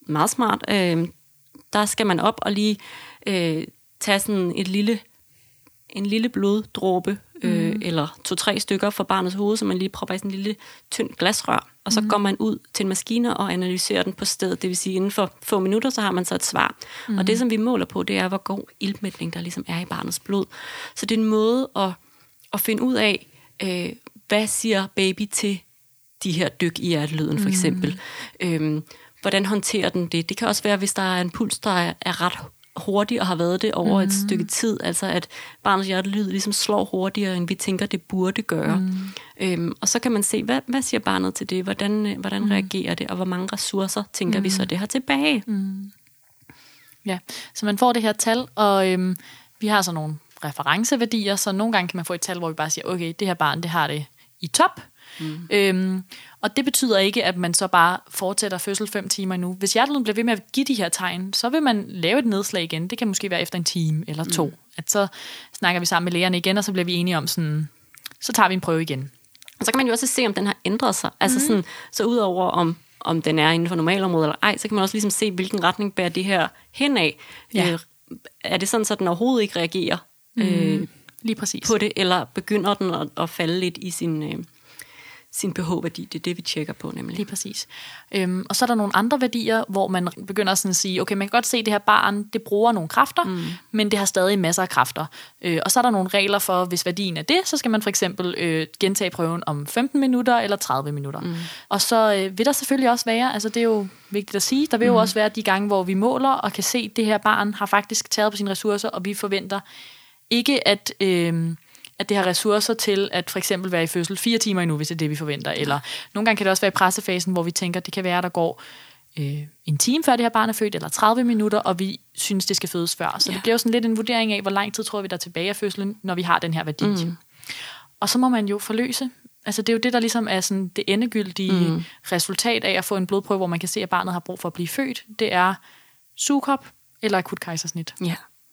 meget smart. Øh, der skal man op og lige øh, tage sådan et lille, en lille bloddråbe, øh, mm. eller to-tre stykker fra barnets hoved, som man lige propper i sådan en lille tynd glasrør, og så mm. går man ud til en maskine og analyserer den på stedet. Det vil sige, inden for få minutter, så har man så et svar. Mm. Og det, som vi måler på, det er, hvor god iltmætning der ligesom er i barnets blod. Så det er en måde at, at finde ud af, øh, hvad siger baby til de her dyk i hjertelyden, for eksempel. Mm. Øhm, hvordan håndterer den det? Det kan også være, hvis der er en puls, der er, er ret hurtig og har været det over mm. et stykke tid, altså at barnets hjertelyd ligesom slår hurtigere, end vi tænker, det burde gøre. Mm. Øhm, og så kan man se, hvad, hvad siger barnet til det? Hvordan, hvordan mm. reagerer det? Og hvor mange ressourcer tænker mm. vi så, det har tilbage? Mm. Ja, så man får det her tal, og øhm, vi har så nogle referenceværdier, så nogle gange kan man få et tal, hvor vi bare siger, okay, det her barn, det har det i top. Mm. Øhm, og det betyder ikke, at man så bare fortsætter fødsel fem timer endnu. Hvis hjertelyden bliver ved med at give de her tegn, så vil man lave et nedslag igen. Det kan måske være efter en time eller to. Mm. At så snakker vi sammen med lægerne igen, og så bliver vi enige om sådan, så tager vi en prøve igen. Og så kan man jo også se, om den har ændret sig. Altså mm. sådan, så udover om, om den er inden for normalområdet eller ej, så kan man også ligesom se, hvilken retning bærer det her henad. Ja. Øh, er det sådan, så den overhovedet ikke reagerer øh, mm. lige præcis på det, eller begynder den at, at falde lidt i sin... Øh, sin pH-værdi, det er det, vi tjekker på nemlig. Lige præcis. Øhm, og så er der nogle andre værdier, hvor man begynder sådan at sige, okay, man kan godt se, at det her barn, det bruger nogle kræfter, mm. men det har stadig masser af kræfter. Øh, og så er der nogle regler for, hvis værdien er det, så skal man for eksempel øh, gentage prøven om femten minutter eller tredive minutter. Mm. Og så øh, vil der selvfølgelig også være, altså det er jo vigtigt at sige, der vil mm. jo også være de gange, hvor vi måler og kan se, at det her barn har faktisk taget på sine ressourcer, og vi forventer ikke, at... Øh, at det har ressourcer til at for eksempel være i fødsel fire timer endnu, hvis det er det, vi forventer. Eller nogle gange kan det også være i pressefasen, hvor vi tænker, at det kan være, at der går øh, en time før det her barn er født, eller tredive minutter, og vi synes, det skal fødes før. Så ja. Det bliver jo sådan lidt en vurdering af, hvor lang tid tror vi, der er tilbage af fødslen, når vi har den her værdi. Mm. Og så må man jo forløse. Altså det er jo det, der ligesom er sådan det endegyldige mm. resultat af at få en blodprøve, hvor man kan se, at barnet har brug for at blive født. Det er sugekop eller akut kejsersnit. Ja.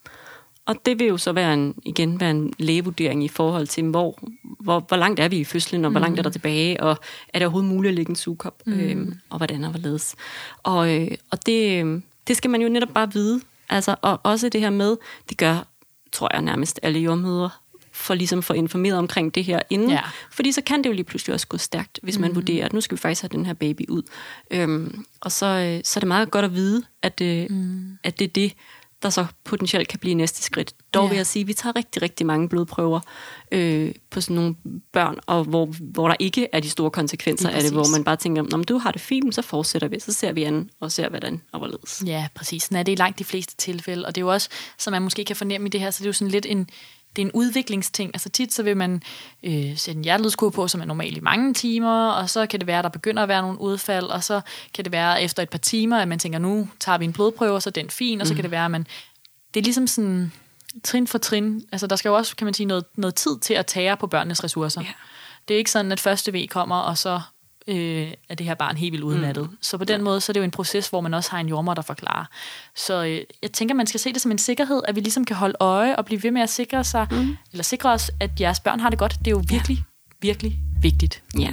Og det vil jo så være en, igen være en lægevurdering i forhold til, hvor, hvor, hvor langt er vi i fødslen, og hvor langt er der tilbage, og er det overhovedet muligt at lægge en sugekop, mm. øhm, og hvordan og hvorledes. Og, øh, og det, det skal man jo netop bare vide. Altså, og også det her med, det gør, tror jeg nærmest alle jordmødre, for ligesom at få informeret omkring det her inden. Ja. Fordi så kan det jo lige pludselig også gå stærkt, hvis man mm. vurderer, at nu skal vi faktisk have den her baby ud. Øhm, og så, så er det meget godt at vide, at, øh, mm. at det er det, der så potentielt kan blive næste skridt. Dog vil jeg sige, at vi tager rigtig, rigtig mange blodprøver øh, på sådan nogle børn, og hvor, hvor der ikke er de store konsekvenser af det, hvor man bare tænker, når du har det fint, så fortsætter vi, så ser vi an og ser, hvordan og hvorledes. Ja, præcis. Sådan er det i langt de fleste tilfælde, og det er jo også, som man måske kan fornemme i det her, så det er jo sådan lidt en, det er en udviklingsting. Altså tit, så vil man øh, sætte en hjertelydskur på, som er normalt i mange timer, og så kan det være, at der begynder at være nogle udfald, og så kan det være efter et par timer, at man tænker, nu tager vi en blodprøve, og så er den fin, og så mm. kan det være, at man... Det er ligesom sådan trin for trin. Altså der skal jo også, kan man sige, noget, noget tid til at tære på børnenes ressourcer. Ja. Det er ikke sådan, at første V kommer, og så øh, er det her barn helt vildt udmattet. Mm. Så på den ja. måde, så er det jo en proces, hvor man også har en jordemoder, der forklarer. Så øh, jeg tænker, man skal se det som en sikkerhed, at vi ligesom kan holde øje og blive ved med at sikre sig, mm. eller sikre os, at jeres børn har det godt. Det er jo virkelig, ja. virkelig vigtigt. Ja.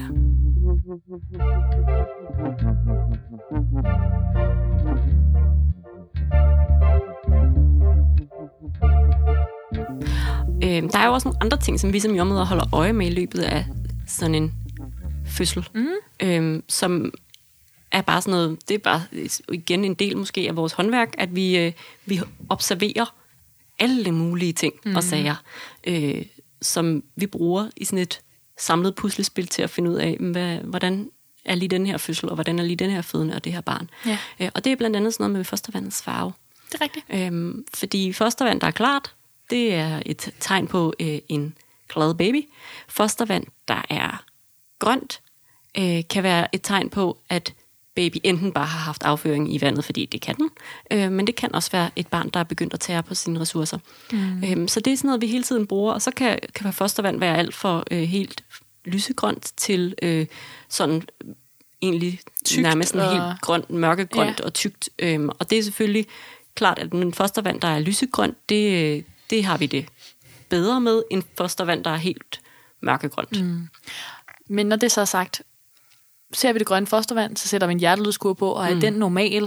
Øh, der er jo også nogle andre ting, som vi som jordemødre holder øje med i løbet af sådan en fødsel, mm. øh, som er bare sådan noget, det er bare igen en del måske af vores håndværk, at vi, øh, vi observerer alle mulige ting mm. og sager, øh, som vi bruger i sådan et samlet puslespil til at finde ud af, hvad, hvordan er lige den her fødsel, og hvordan er lige den her fødende og det her barn. Ja. Øh, og det er blandt andet sådan noget med fostervandets farve. Det er rigtigt. Øh, fordi fostervand, der er klart, det er et tegn på øh, en glad baby. Fostervand, der er grønt, øh, kan være et tegn på, at baby enten bare har haft afføring i vandet, fordi det kan den, øh, men det kan også være et barn, der er begyndt at tære på sine ressourcer. Mm. Øh, så det er sådan noget, vi hele tiden bruger, og så kan, kan fostervand være alt fra øh, helt lysegrønt til øh, sådan egentlig tykt nærmest og... helt grønt, mørkegrønt ja. og tykt. Øh, og det er selvfølgelig klart, at en fostervand, der er lysegrønt, det det har vi det bedre med, end fostervand, der er helt mørkegrønt. Mm. Men når det så er sagt, ser vi det grønne fostervand, så sætter vi en hjertelydskur på, og er mm. den normal,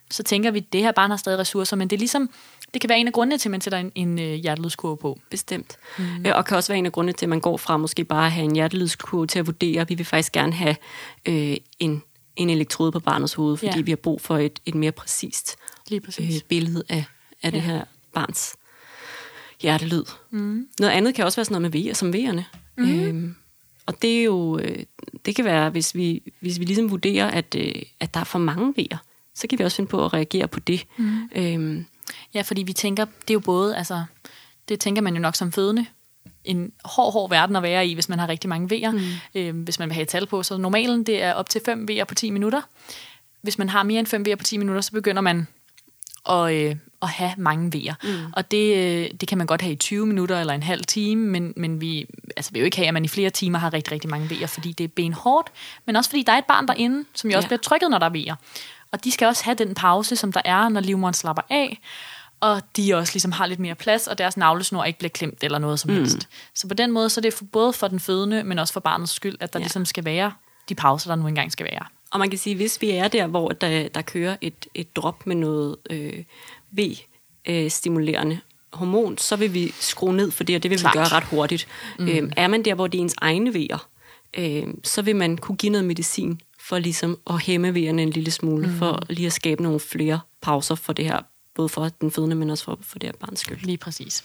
så tænker vi, at det her barn har stadig ressourcer, men det er ligesom, det kan være en af grundene til, at man sætter en, en øh, hjertelydskurve på. Bestemt. Mm. Øh, og kan også være en af grundene til, at man går fra måske bare at have en hjertelydskurve til at vurdere, vi vil faktisk gerne have øh, en, en elektrode på barnets hoved, fordi ja. vi har brug for et, et mere præcist Lige præcis. Øh, billede af, af ja. det her barns hjertelyd. Mm. Noget andet kan også være sådan noget med vejer, som vejerne. Mm. Øhm, og det er jo, øh, det kan være, hvis vi, hvis vi ligesom vurderer, at, øh, at der er for mange vejer, så kan vi også finde på at reagere på det. Mm. Øhm, ja, fordi vi tænker, det er jo både, altså, det tænker man jo nok som fødende, en hård, hård verden at være i, hvis man har rigtig mange vejer. Mm. Øhm, hvis man vil have et tal på, så normalen det er op til fem vejer på ti minutter. Hvis man har mere end fem vejer på ti minutter, så begynder man at, øh, at have mange vejer. Mm. Og det, øh, det kan man godt have i tyve minutter eller en halv time, men, men vi altså, vil jo ikke have, at man i flere timer har rigtig, rigtig mange vejer, fordi det er benhårdt, men også fordi der er et barn derinde, som jo også ja. bliver trykket, når der er vejer. Og de skal også have den pause, som der er, når livmoderen slapper af, og de også ligesom har lidt mere plads, og deres navlesnor ikke bliver klemt eller noget som mm. helst. Så på den måde, så er det for, både for den fødende, men også for barnets skyld, at der ja. ligesom skal være de pauser, der nu engang skal være. Og man kan sige, hvis vi er der, hvor der, der kører et, et drop med noget øh, V-stimulerende hormon, så vil vi skrue ned for det, og det vil Klart. vi gøre ret hurtigt. Mm. Øhm, er man der, hvor det er ens egne vejer, øh, så vil man kunne give noget medicin for ligesom at hæmme vejerne en lille smule, mm. for lige at skabe nogle flere pauser for det her, både for den fødende, men også for, for det her barns skyld. Lige præcis.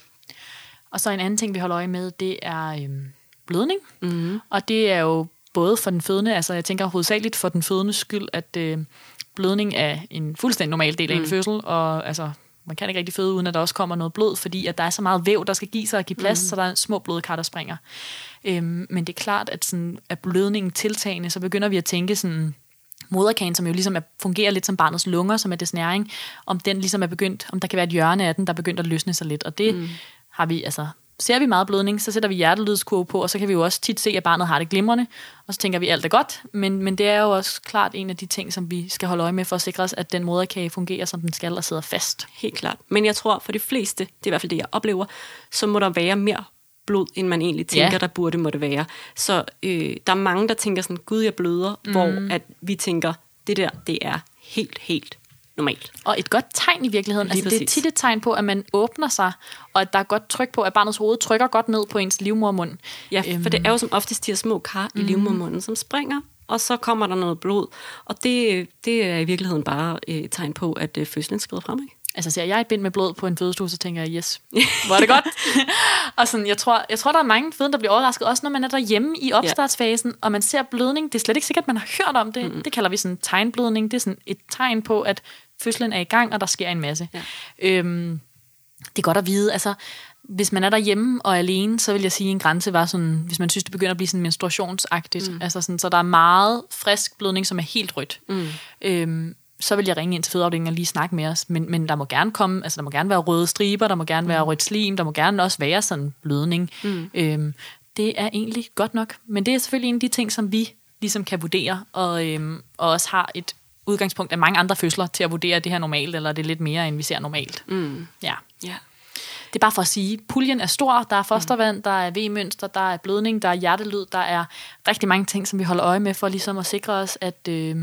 Og så en anden ting, vi holder øje med, det er øhm, blødning. Mm. Og det er jo både for den fødende, altså jeg tænker hovedsageligt for den fødendes skyld, at øh, blødning er en fuldstændig normal del af mm. en fødsel, og altså man kan ikke rigtig føde, uden at der også kommer noget blod, fordi at der er så meget væv, der skal give sig og give plads, mm. så der er små blodkar, der springer. Øhm, men det er klart, at sådan, at blødningen tiltagende, så begynder vi at tænke sådan, moderkagen, som jo ligesom er, fungerer lidt som barnets lunger, som er dets næring, om den ligesom er begyndt, om der kan være et hjørne af den, der er begyndt at løsne sig lidt. Og det mm. har vi, altså, ser vi meget blødning, så sætter vi hjertelydskurve på, og så kan vi jo også tit se, at barnet har det glimrende, og så tænker vi, at alt er godt, men, men det er jo også klart en af de ting, som vi skal holde øje med, for at sikre os, at den moderkage fungerer, som den skal, og sidder fast. Helt klart. Men jeg tror, for de fleste, det er i hvert fald det, jeg oplever, så må der være mere blod, end man egentlig tænker, ja. der burde måtte være. Så øh, der er mange, der tænker sådan, gud, jeg bløder, mm. hvor at vi tænker, det der, det er helt, helt normalt. Og et godt tegn i virkeligheden. Altså, det er tit et tegn på, at man åbner sig, og at der er godt tryk på, at barnets hoved trykker godt ned på ens livmodermund. Ja, for det er jo som oftest de her små kar i mm. livmodermunden, som springer, og så kommer der noget blod. Og det, det er i virkeligheden bare et tegn på, at fødslen skrider frem, ikke? Altså, ser jeg et bind med blod på en fødestue, så tænker jeg, yes, hvor er det godt. Og sådan, jeg tror, jeg tror, der er mange fødende, der bliver overrasket, også når man er derhjemme i opstartsfasen, ja. og man ser blødning. Det er slet ikke sikkert, at man har hørt om det. Mm. Det kalder vi sådan tegnblødning. Det er sådan et tegn på, at fødslen er i gang, og der sker en masse. Ja. Øhm, det er godt at vide. Altså, hvis man er derhjemme og alene, så vil jeg sige, at en grænse var sådan, hvis man synes, det begynder at blive sådan menstruationsagtigt. Mm. Altså sådan, så der er meget frisk blødning, som er helt rødt. Mm. Øhm, så vil jeg ringe ind til fødeafdelingen og lige snakke med os. Men, men der må gerne komme, altså der må gerne være røde striber, der må gerne være rødt slim, der må gerne også være sådan blødning. Mm. Øhm, det er egentlig godt nok. Men det er selvfølgelig en af de ting, som vi ligesom kan vurdere, og, øhm, og også har et udgangspunkt af mange andre fødsler til at vurdere, det her normalt, eller det er lidt mere, end vi ser normalt. Mm. Ja. Ja. Det er bare for at sige, puljen er stor, der er fostervand, mm. der er V-mønster, der er blødning, der er hjertelyd, der er rigtig mange ting, som vi holder øje med, for ligesom at sikre os, at... Øh,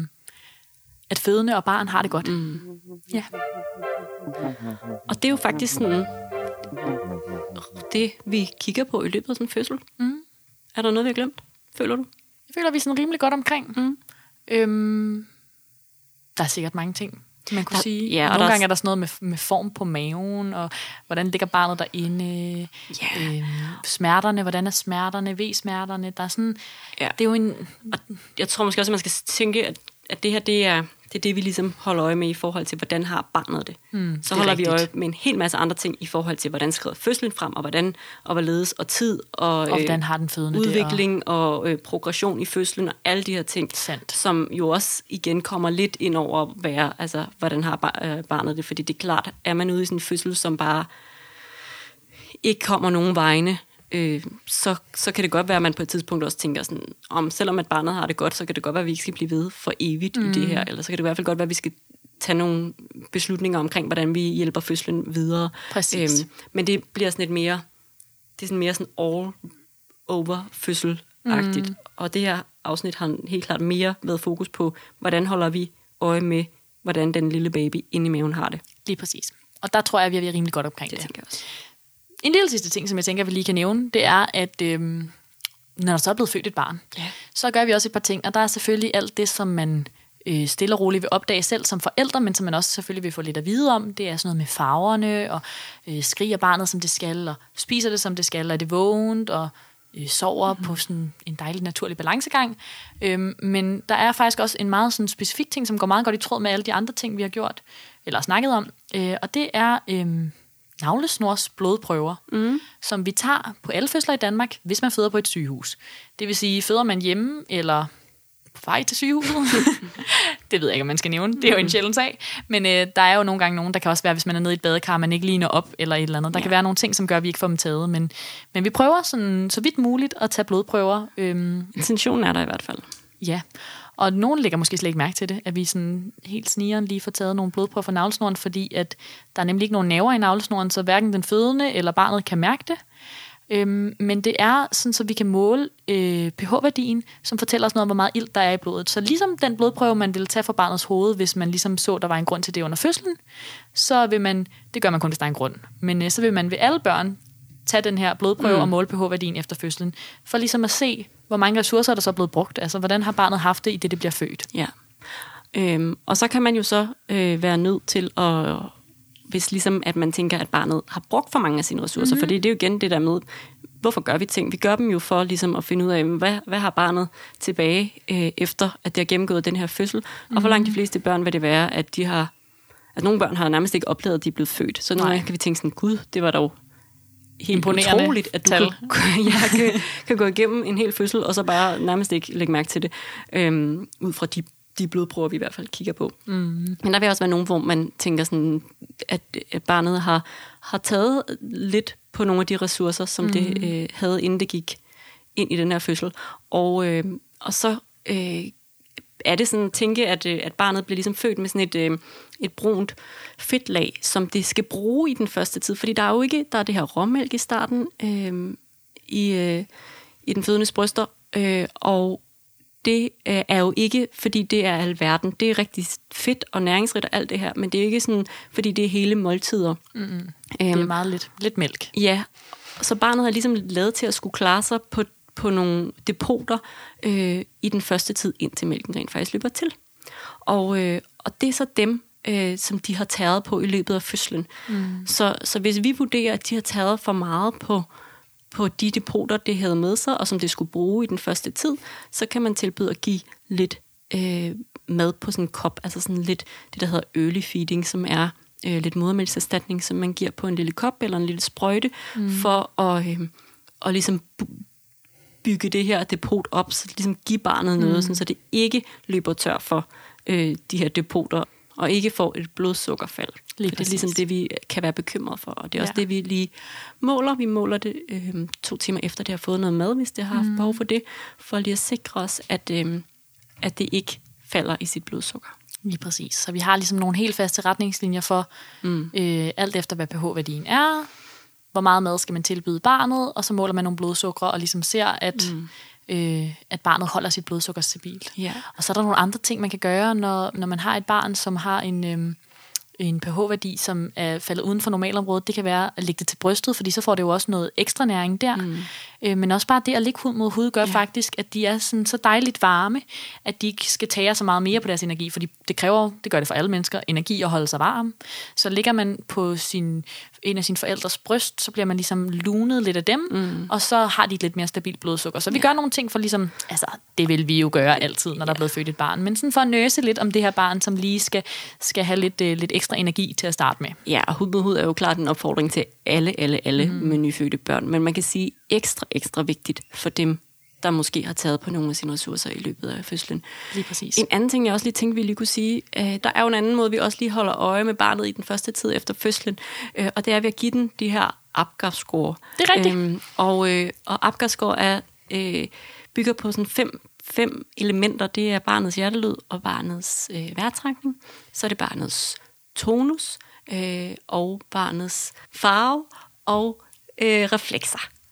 at fødende og barn har det godt. Mm. Ja. Og det er jo faktisk sådan, det, vi kigger på i løbet af sådan en fødsel. Mm. Er der noget, vi har glemt? Føler du? Jeg føler, vi er sådan rimelig godt omkring. Mm. Øhm, der er sikkert mange ting, man kunne der, sige. Ja, Nogle gange er der sådan noget med, med form på maven, og hvordan ligger barnet derinde, yeah. øhm, smerterne, hvordan er smerterne, V-smerterne. Der er sådan, ja. Det er jo en... Og jeg tror måske også, at man skal tænke, at, at det her, det er... Det er det, vi ligesom holder øje med i forhold til, hvordan har barnet det. Mm, så holder rigtigt. vi øje med en hel masse andre ting i forhold til, hvordan skrider fødslen frem, og hvordan og hvorledes, og tid, og, og hvordan har den fødende udvikling, og øh, progression i fødslen, og alle de her ting, Sandt. som jo også igen kommer lidt ind over, hvad, altså, hvordan har bar, øh, barnet det. Fordi det er klart, er man ude i sådan en fødsel, som bare ikke kommer nogen vegne, Øh, så, så kan det godt være, at man på et tidspunkt også tænker sådan, om selvom at barnet har det godt, så kan det godt være, at vi ikke skal blive ved for evigt mm. i det her, eller så kan det i hvert fald godt være, at vi skal tage nogle beslutninger omkring, hvordan vi hjælper fødslen videre. Præcis. Øhm, men det bliver sådan lidt mere, det er sådan mere sådan all over fødsel-agtigt. Mm. Og det her afsnit har helt klart mere været fokus på, hvordan holder vi øje med hvordan den lille baby inde i maven har det. Lige præcis. Og der tror jeg, vi er rimelig godt omkring det. Det tænker jeg også. En lille sidste ting, som jeg tænker, vi lige kan nævne, det er, at øhm, når der så er blevet født et barn, ja. så gør vi også et par ting, og der er selvfølgelig alt det, som man øh, stille og roligt vil opdage selv som forældre, men som man også selvfølgelig vil få lidt at vide om. Det er sådan noget med farverne, og øh, skriger barnet, som det skal, og spiser det, som det skal, og er det vågent, og øh, sover mm. på sådan en dejlig naturlig balancegang. Øhm, men der er faktisk også en meget sådan specifik ting, som går meget godt i tråd med alle de andre ting, vi har gjort, eller snakket om, øh, og det er øh, navlesnors blodprøver, mm. som vi tager på alle fødsler i Danmark, hvis man føder på et sygehus. Det vil sige, føder man hjemme, eller på vej til sygehuset. Det ved jeg ikke, om man skal nævne. Det er jo en sjælden sag. Men øh, der er jo nogle gange nogen, der kan også være, hvis man er nede i et badekar, man ikke lige når op, eller et eller andet. Der ja. kan være nogle ting, som gør, at vi ikke får dem taget. Men, men vi prøver sådan, så vidt muligt at tage blodprøver. Øhm, Intentionen er der i hvert fald. Ja, og nogen lægger måske slet ikke mærke til det, at vi sådan helt snigeren lige får taget nogle blodprøver fra navlesnoren, fordi at der er nemlig ikke nogen nerver i navlesnoren, så hverken den fødende eller barnet kan mærke det. Øhm, men det er sådan, så vi kan måle øh, pH-værdien, som fortæller os noget om, hvor meget ilt der er i blodet. Så ligesom den blodprøve, man ville tage fra barnets hoved, hvis man ligesom så, der var en grund til det under fødslen, så vil man, det gør man kun, hvis der er en grund, men øh, så vil man ved alle børn tage den her blodprøve mm. og måle pH-værdien efter fødslen, for ligesom at se, hvor mange ressourcer der så er blevet brugt. Altså, hvordan har barnet haft det, i det det bliver født. Ja. Øhm, og så kan man jo så øh, være nødt til at, hvis ligesom at man tænker, at barnet har brugt for mange af sine ressourcer, mm-hmm. fordi det er jo igen det der med, hvorfor gør vi ting? Vi gør dem jo for ligesom at finde ud af, hvad, hvad har barnet tilbage øh, efter, at det har gennemgået den her fødsel, mm-hmm. og for langt de fleste børn vil det være, at de har, at nogle børn har nærmest ikke oplevet, at de er blevet født. Så nogle gange kan vi tænke sådan, gud, det var dog helt utroligt, at du kan, ja, kan, kan gå igennem en hel fødsel, og så bare nærmest ikke lægge mærke til det, øhm, ud fra de, de blodprøver, vi i hvert fald kigger på. Mm. Men der vil også være nogen, hvor man tænker sådan, at, at barnet har, har taget lidt på nogle af de ressourcer, som mm. det øh, havde, inden det gik ind i den her fødsel. Og, øh, og så øh, er det sådan at tænke, at, at barnet bliver ligesom født med sådan et, øh, et brunt fedtlag, som det skal bruge i den første tid. Fordi der er jo ikke, der er det her råmælk i starten øh, i, øh, i den fødendes bryster, øh, og det øh, er jo ikke, fordi det er alverden. Det er rigtig fedt og næringsrigt og alt det her, men det er ikke sådan, fordi det er hele måltider. Mm-hmm. Øhm, det er meget lidt, lidt mælk. Ja, så barnet er ligesom lavet til at skulle klare sig på på nogle depoter øh, i den første tid, indtil mælken rent faktisk løber til. Og, øh, og det er så dem, øh, som de har tæret på i løbet af fødslen. Mm. Så, så hvis vi vurderer, at de har tæret for meget på, på de depoter, det havde med sig, og som det skulle bruge i den første tid, så kan man tilbyde at give lidt øh, mad på sådan en kop, altså sådan lidt det, der hedder early feeding, som er øh, lidt modermælkserstatning, som man giver på en lille kop eller en lille sprøjte, mm. for at, øh, at ligesom bygge det her depot op, så ligesom give barnet noget, mm. sådan, så det ikke løber tør for øh, de her depoter, og ikke får et blodsukkerfald. Lige det er ligesom det, vi kan være bekymret for, og det er også ja. det, vi lige måler. Vi måler det øh, to timer efter, det har fået noget mad, hvis det har haft mm. behov for det, for lige at sikre os, at, øh, at det ikke falder i sit blodsukker. Lige præcis. Så vi har ligesom nogle helt faste retningslinjer for, mm. øh, alt efter hvad pH-værdien er, hvor meget mad skal man tilbyde barnet, og så måler man nogle blodsukker, og ligesom ser, at, mm. øh, at barnet holder sit blodsukker stabilt. Yeah. Og så er der nogle andre ting, man kan gøre, når, når man har et barn, som har en, øh, en pH-værdi, som er faldet uden for normalområdet. Det kan være at lægge det til brystet, fordi så får det jo også noget ekstra næring der. Mm. Øh, men også bare det at ligge hud mod hud gør yeah. faktisk, at de er sådan så dejligt varme, at de ikke skal tage så meget mere på deres energi, fordi det kræver, det gør det for alle mennesker, energi at holde sig varm. Så ligger man på sin, en af sine forældres bryst, så bliver man ligesom lunet lidt af dem, mm. og så har de et lidt mere stabilt blodsukker. Så vi yeah. gør nogle ting for ligesom, altså det vil vi jo gøre altid, når yeah. der er blevet født et barn, men sådan for at nøse lidt om det her barn, som lige skal, skal have lidt, uh, lidt ekstra energi til at starte med. Ja, og hud mod hud er jo klart en opfordring til alle, alle, alle mm. med nyfødte børn, men man kan sige ekstra, ekstra vigtigt for dem, der måske har taget på nogle af sine ressourcer i løbet af fødslen. Lige præcis. En anden ting, jeg også lige tænkte, vi lige kunne sige, øh, der er jo en anden måde, vi også lige holder øje med barnet i den første tid efter fødslen, øh, og det er ved at give den de her Apgar-score. Det er rigtigt. Øhm, og, øh, og Apgar-score er, øh, bygger på sådan fem, fem elementer. Det er barnets hjertelyd og barnets øh, vejrtrækning. Så er det barnets tonus øh, og barnets farve og øh, reflekser.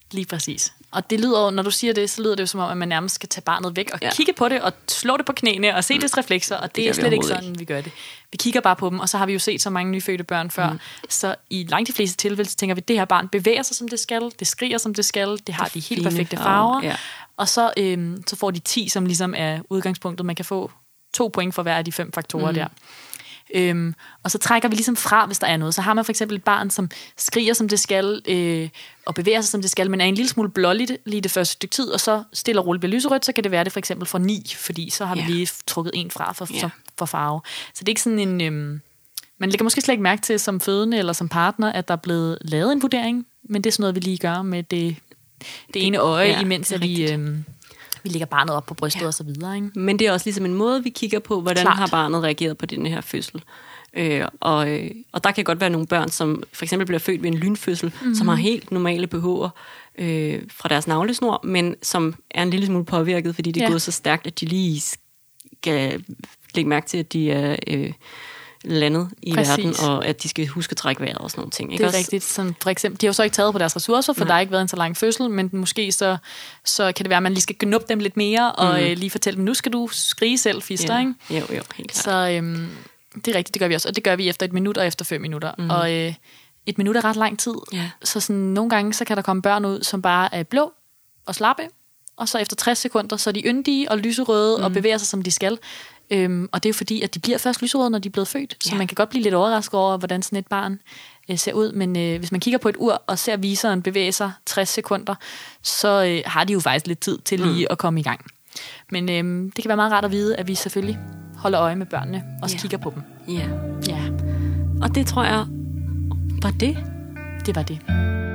Lige præcis. Og det lyder, når du siger det, så lyder det jo som om, at man nærmest skal tage barnet væk og ja. kigge på det, og slå det på knæene og se mm. dets reflekser, og det, det er slet ikke sådan, ikke. vi gør det. Vi kigger bare på dem, og så har vi jo set så mange nyfødte børn før, mm. så i langt de fleste tilfælde, så tænker vi, at det her barn bevæger sig, som det skal, det skriger, som det skal, det har det de helt perfekte farver, ja. og så, øhm, så får de ti, som ligesom er udgangspunktet. Man kan få to point for hver af de fem faktorer mm. der. Øhm, og så trækker vi ligesom fra, hvis der er noget. Så har man for eksempel et barn, som skriger, som det skal, øh, og bevæger sig, som det skal, men er en lille smule blåligt lige det første stykke tid, og så stille og roligt bliver lyserødt, så kan det være det for eksempel for ni, fordi så har yeah. vi lige trukket en fra for, yeah. for farve. Så det er ikke sådan en... Øhm, man lægger måske slet ikke mærke til som fødende eller som partner, at der er blevet lavet en vurdering, men det er sådan noget, vi lige gør med det, det, det ene øje, ja, imens vi... Øhm, vi lægger barnet op på brystet ja. og så videre. Ikke? Men det er også ligesom en måde, vi kigger på, hvordan Klart. har barnet reageret på den her fødsel. Øh, og, øh, og der kan godt være nogle børn, som for eksempel bliver født ved en lynfødsel, mm-hmm. som har helt normale behover øh, fra deres navlesnor, men som er en lille smule påvirket, fordi det er ja. gået så stærkt, at de lige skal lægge mærke til, at de er... Øh, landet i Præcis. verden, og at de skal huske at trække vejret og sådan nogle ting. Ikke? Det er også? rigtigt. Som for eksempel, de har jo så ikke taget på deres ressourcer, for Nej. der har ikke været en så lang fødsel, men måske så, så kan det være, at man lige skal gnuppe dem lidt mere, og mm. øh, lige fortælle dem, nu skal du skrige selv, fister, ja. ikke? Jo, jo, helt klart. Så øhm, det er rigtigt, det gør vi også, og det gør vi efter et minut og efter fem minutter. Mm. Og øh, et minut er ret lang tid, ja. så sådan, nogle gange så kan der komme børn ud, som bare er blå og slappe, og så efter tres sekunder, så er de yndige og lyserøde mm. og bevæger sig, som de skal. Øhm, og det er jo fordi, at de bliver først lyserøde, når de er blevet født. Så ja. man kan godt blive lidt overrasket over, hvordan sådan et barn øh, ser ud. Men øh, hvis man kigger på et ur og ser viseren bevæge sig tres sekunder, så øh, har de jo faktisk lidt tid til lige mm. at komme i gang. Men øh, det kan være meget rart at vide, at vi selvfølgelig holder øje med børnene og ja. kigger på dem. Ja. ja. Og det tror jeg var det. Det var det.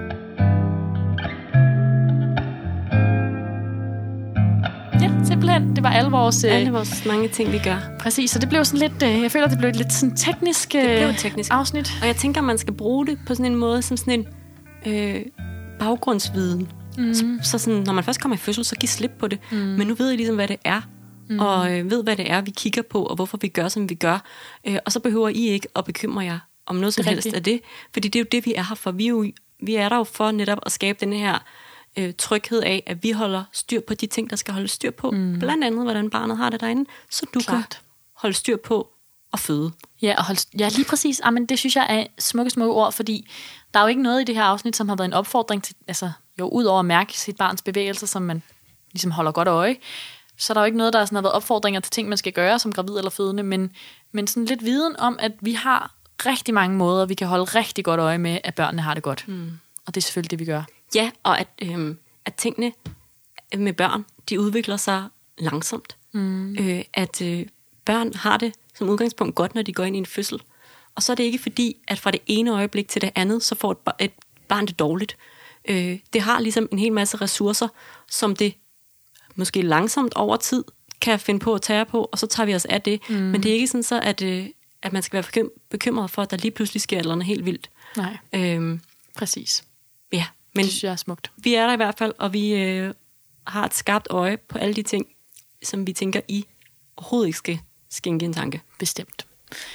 Simpelthen. Det var alle vores... Alle vores mange ting, vi gør. Præcis, så det blev sådan lidt... Jeg føler, det blev et lidt sådan teknisk, det blev et teknisk afsnit. Og jeg tænker, man skal bruge det på sådan en måde, som sådan en øh, baggrundsviden. Mm. Så, så sådan, når man først kommer i fødsel, så giv slip på det. Mm. Men nu ved I ligesom, hvad det er. Mm. Og øh, ved, hvad det er, vi kigger på, og hvorfor vi gør, som vi gør. Øh, og så behøver I ikke at bekymre jer om noget som helst af det. Fordi det er jo det, vi er her for. Vi er, jo, vi er der jo for netop at skabe den her... Øh, tryghed af, at vi holder styr på de ting, der skal holde styr på. Mm. Blandt andet, hvordan barnet har det derinde, så du Klart. kan holde styr på at føde. Ja, og hold, ja lige præcis. Amen, det synes jeg er smukke, smukke ord, fordi der er jo ikke noget i det her afsnit, som har været en opfordring til, altså jo ud over at mærke sit barns bevægelser, som man ligesom holder godt øje, så er der jo ikke noget, der sådan har været opfordringer til ting, man skal gøre som gravid eller fødende, men, men sådan lidt viden om, at vi har rigtig mange måder, vi kan holde rigtig godt øje med, at børnene har det godt. Mm. Og det er selvfølgelig det, vi gør. Ja, og at, øhm, at tingene med børn, de udvikler sig langsomt. Mm. Øh, at øh, børn har det som udgangspunkt godt, når de går ind i en fødsel. Og så er det ikke fordi, at fra det ene øjeblik til det andet, så får et, bar- et barn det dårligt. Øh, det har ligesom en hel masse ressourcer, som det måske langsomt over tid kan finde på at tage på, og så tager vi os af det. Mm. Men det er ikke sådan så, at, øh, at man skal være bekymret for, at der lige pludselig sker noget helt vildt. Nej, øh, præcis. Ja. Men det synes jeg er smukt. Vi er der i hvert fald, og vi øh, har et skarpt øje på alle de ting, som vi tænker, I overhovedet ikke skal skænke en tanke. Bestemt.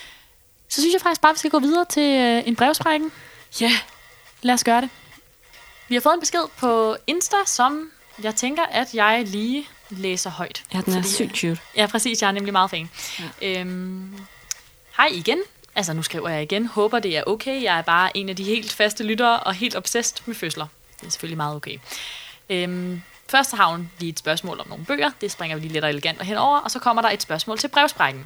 Så synes jeg faktisk bare, at vi skal gå videre til øh, en brevsprækken. Ja. Lad os gøre det. Vi har fået en besked på Insta, som jeg tænker, at jeg lige læser højt. Ja, den er fordi, sygt cute. Ja, præcis. Jeg er nemlig meget fan. Ja. Øhm, hej igen. Altså, nu skriver jeg igen. Håber, det er okay. Jeg er bare en af de helt faste lyttere og helt obsessed med fødsler. Det er selvfølgelig meget okay. Øhm, først har hun lige et spørgsmål om nogle bøger. Det springer vi lige lidt og elegant henover. Og så kommer der et spørgsmål til brevsprækken.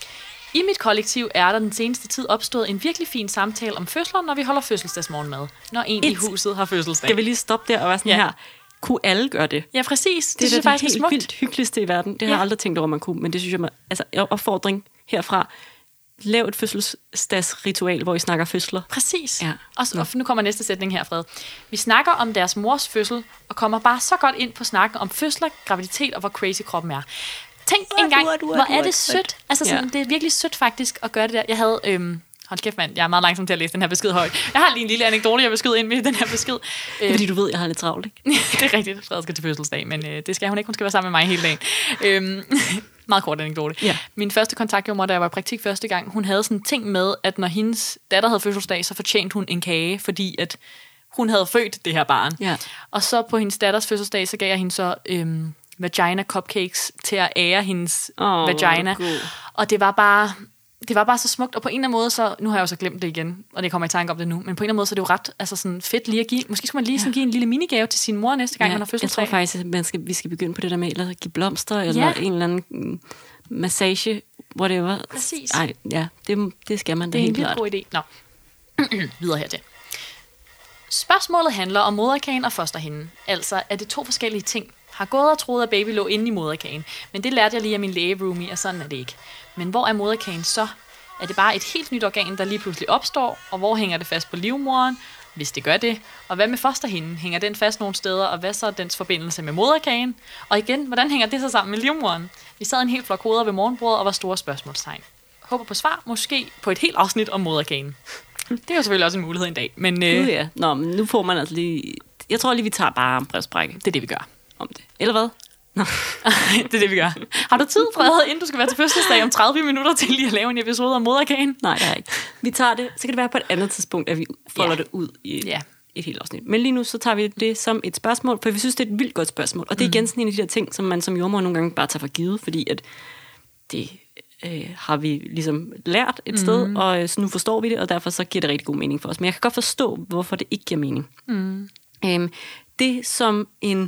I mit kollektiv er der den seneste tid opstået en virkelig fin samtale om fødsler, når vi holder fødselsdagsmorgenmad. Når en et. i huset har fødselsdag. Skal vi lige stoppe der og være sådan ja. her? Kunne alle gøre det? Ja, præcis. Det, det, det er det faktisk helt vildt hyggeligste i verden. Det har ja. jeg aldrig tænkt over, man kunne. Men det synes jeg, altså opfordring herfra. Lav et fødselsdagsritual, hvor I snakker fødsler. Præcis. Ja. Og, og nu kommer næste sætning her, Fred. Vi snakker om deres mors fødsel, og kommer bare så godt ind på snakken om fødsler, graviditet og hvor crazy kroppen er. Tænk en gang, hvor er det sødt. Altså sådan, ja. det er virkelig sødt faktisk at gøre det der. Jeg havde... Øhm, hold kæft, mand. Jeg er meget langsom til at læse den her besked højt. Jeg har lige en lille anekdote, jeg vil skyde ind med den her besked. Det er fordi, du ved, jeg har lidt travlt, ikke? Det er rigtigt. Fred skal til fødselsdag, men øh, det skal hun ikke. Hun skal være sammen med mig hele dagen. Øhm, meget kort anekdote. Ja. Min første kontaktjommer, da jeg var i praktik første gang, hun havde sådan en ting med, at når hendes datter havde fødselsdag, så fortjente hun en kage, fordi at hun havde født det her barn. Ja. Og så på hendes datters fødselsdag, så gav jeg hende så øhm, vagina cupcakes til at ære hendes oh, vagina. Og det var bare... Det var bare så smukt, og på en eller anden måde, så, nu har jeg jo så glemt det igen, og det kommer i tanke om det nu, men på en eller anden måde, så er det jo ret altså sådan fedt lige at give, måske skulle man lige sådan give en lille minigave til sin mor næste gang, ja, man har fødselsdag. Jeg tror faktisk, at man skal, vi skal begynde på det der med, eller give blomster, eller ja. en eller anden massage, whatever. Præcis. Ej, ja, det, det skal man da helt klart. Det er en god idé. Nå, videre hertil. Spørgsmålet handler om moderkagen og fosterhinden, altså er det to forskellige ting. Har gået og troet, at baby lå inde i moderkagen, men det lærte jeg lige af min lægeroomie, og sådan er det ikke. Men hvor er moderkagen så? Er det bare et helt nyt organ, der lige pludselig opstår, og hvor hænger det fast på livmoderen, hvis det gør det? Og hvad med fosterhinden? Hænger den fast nogle steder, og hvad så er dens forbindelse med moderkagen? Og igen, hvordan hænger det så sammen med livmoderen? Vi sad en helt flok hoveder ved morgenbordet og var store spørgsmålstegn. Håber på svar, måske på et helt afsnit om moderkagen. Det er jo selvfølgelig også en mulighed en dag, men... Øh... Uh, ja. Nå, men nu får man altså lige... Jeg tror lige, vi tager bare en brevsprække. Det er det, vi gør. Om det. Eller hvad? Nå. Det er det, vi gør. Har du tid, Frede, inden du skal være til fødselsdag om tredive minutter til lige at lave en episode om moderkagen? Nej, det er ikke. Vi tager det, så kan det være på et andet tidspunkt, at vi folder ja. det ud i et, ja. et helt afsnit. Men lige nu, så tager vi det som et spørgsmål, for vi synes, det er et vildt godt spørgsmål. Og det er igen sådan en af de der ting, som man som jordmor nogle gange bare tager for givet, fordi at det øh, har vi ligesom lært et mm. sted, og så nu forstår vi det, og derfor så giver det rigtig god mening for os. Men jeg kan godt forstå, hvorfor det ikke giver mening. Mm. Øhm, det som en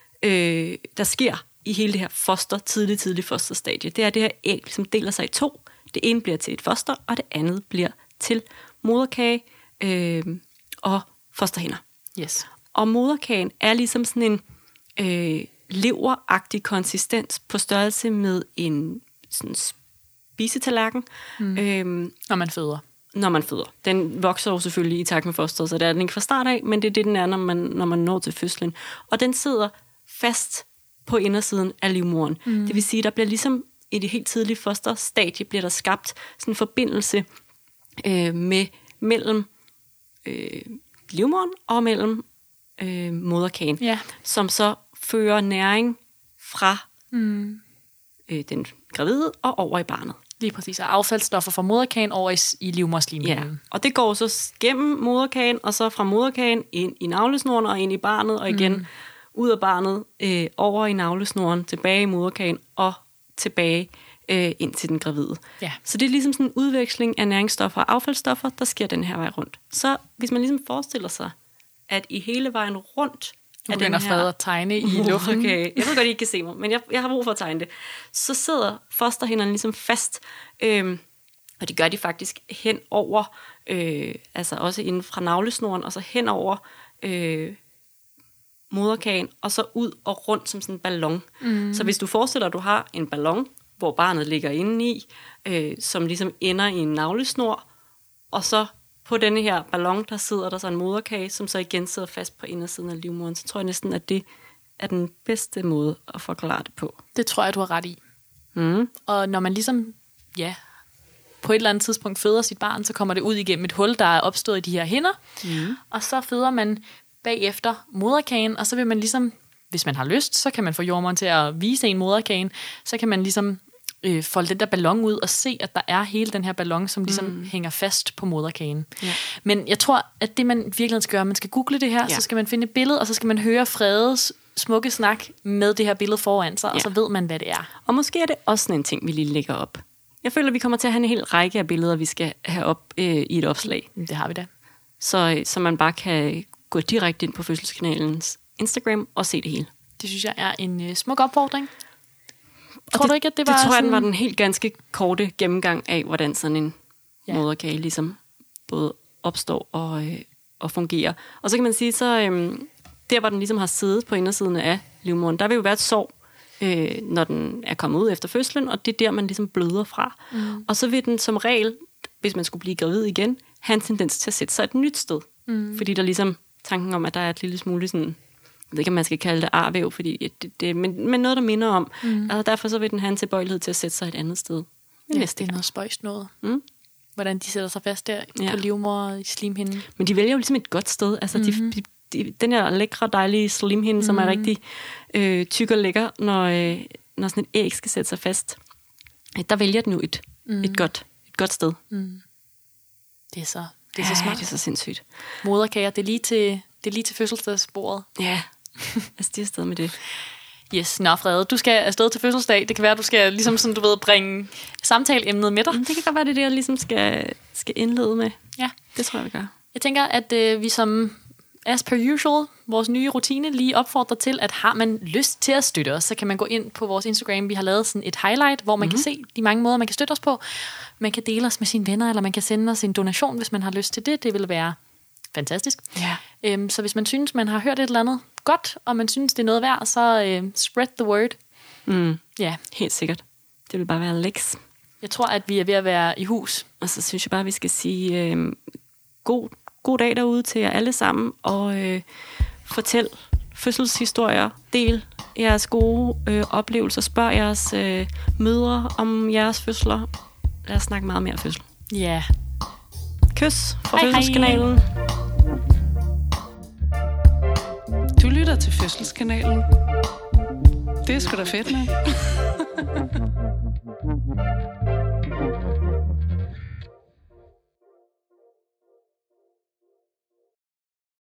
Øh, der sker i hele det her foster, tidlig, tidlig fosterstadie, det er det her æg, som deler sig i to. Det ene bliver til et foster, og det andet bliver til moderkage øh, og fosterhinder. Yes. Og moderkagen er ligesom sådan en øh, leveragtig konsistens på størrelse med en sådan spisetallerken. Mm. Øhm, når man føder. Når man føder. Den vokser jo selvfølgelig i takt med fosteret, så det er den ikke fra start af, men det er det, den er, når man, når man når til fødslen. Og den sidder fast på indersiden af livmoderen. Mm. Det vil sige, der bliver ligesom i det helt tidlige fosterstadie, bliver der skabt sådan en forbindelse øh, med, mellem øh, livmoderen og mellem øh, moderkagen, ja. som så fører næring fra mm. øh, den gravide og over i barnet. Lige præcis, og affaldsstoffer fra moderkagen over i, i livmoderslimhinden. Ja, og det går så gennem moderkagen, og så fra moderkagen ind i navlesnoren og ind i barnet, og igen mm. ud af barnet, øh, over i navlesnoren, tilbage i moderkagen og tilbage øh, ind til den gravide. Ja. Så det er ligesom sådan en udveksling af næringsstoffer og affaldsstoffer, der sker den her vej rundt. Så hvis man ligesom forestiller sig, at i hele vejen rundt du begynder Frede at tegne i luften. Okay. Jeg ved godt, I ikke kan se mig, men jeg, jeg har brug for at tegne det. Så sidder fosterhænderne ligesom fast, øh, og det gør de faktisk hen over, øh, altså også inden fra navlesnoren, og så hen over øh, moderkagen, og så ud og rundt som sådan en ballon. Mm. Så hvis du forestiller, at du har en ballon, hvor barnet ligger inde i, øh, som ligesom ender i en navlesnor, og så på denne her ballon, der sidder der så en moderkage, som så igen sidder fast på indersiden af livmoderen. Så tror jeg næsten, at det er den bedste måde at forklare det på. Det tror jeg, du har ret i. Mm. Og når man ligesom, ja, på et eller andet tidspunkt føder sit barn, så kommer det ud igennem et hul, der er opstået i de her hinder, mm. og så føder man bagefter moderkagen, og så vil man ligesom, hvis man har lyst, så kan man få jordmoderen til at vise en moderkagen, så kan man ligesom øh, folde den der ballon ud og se, at der er hele den her ballon, som ligesom mm. hænger fast på moderkagen. Ja. Men jeg tror, at det man virkelig skal gøre, man skal google det her, ja. Så skal man finde et billede, og så skal man høre Fredes smukke snak med det her billede foran sig, ja. Og så ved man, hvad det er. Og måske er det også sådan en ting, vi lige lægger op. Jeg føler, at vi kommer til at have en hel række af billeder, vi skal have op øh, i et opslag. Det har vi da. Så, så man bare kan gå direkte ind på fødselskanalens Instagram og se det hele. Det synes jeg er en øh, smuk opfordring. Tror det, du ikke, at det var det tror sådan... jeg, den var den helt ganske korte gennemgang af, hvordan sådan en ja. moderkage ligesom både opstår og, øh, og fungerer. Og så kan man sige, så øh, der, hvor den ligesom har siddet på indersiden af livmoderen, der vil jo være et sår, øh, når den er kommet ud efter fødslen, og det er der, man ligesom bløder fra. Mm. Og så vil den som regel, hvis man skulle blive gravid igen, have en tendens til at sætte sig et nyt sted. Mm. Fordi der ligesom tanken om, at der er et lille smule sådan, jeg ved ikke, om man skal kalde det arvæv, fordi det, det, men, men noget, der minder om. Mm. Og derfor så vil den have en tilbøjelighed til at sætte sig et andet sted. Ja, det er noget spøjst noget. Mm. Hvordan de sætter sig fast der ja. På livmoder i slimhinden. Men de vælger jo ligesom et godt sted. Altså mm-hmm. de, de, den her lækre, dejlige slimhinde, mm. som er rigtig øh, tyk og lækker, når, øh, når sådan et æg skal sætte sig fast. Der vælger den jo et, mm. et, godt, et godt sted. Mm. Det er så Det er så smart. Ja, det er så sindssygt. Moderkager, det er lige til det er lige til fødselsdagsbordet. Ja, altså de er afsted med det. Yes, nå Frede, du skal afsted til fødselsdag. Det kan være, du skal ligesom sådan, du ved, bringe samtaleemnet med dig. Det kan godt være, det er det, jeg ligesom skal, skal indlede med. Ja. Det tror jeg, vi gør. Jeg tænker, at øh, vi som as per usual, vores nye rutine, lige opfordrer til, at har man lyst til at støtte os, så kan man gå ind på vores Instagram. Vi har lavet sådan et highlight, hvor man mm-hmm. kan se de mange måder, man kan støtte os på. Man kan dele os med sine venner, eller man kan sende os en donation, hvis man har lyst til det. Det vil være fantastisk. Ja. Øhm, så hvis man synes, man har hørt et eller andet godt, og man synes, det er noget værd, så øh, spread the word. Mm. Ja. Helt sikkert. Det vil bare være leks. Jeg tror, at vi er ved at være i hus. Og så synes jeg bare, at vi skal sige øh, god, god dag derude til jer alle sammen, og øh, fortæl fødselshistorier, del jeres gode øh, oplevelser, spørg jeres øh, mødre om jeres fødsler. Lad os snakke meget mere fødsel. Ja. Yeah. Kys fra hej, Fødselskanalen. Hej. Du lytter til Fødselskanalen. Det er sgu da fedt, man.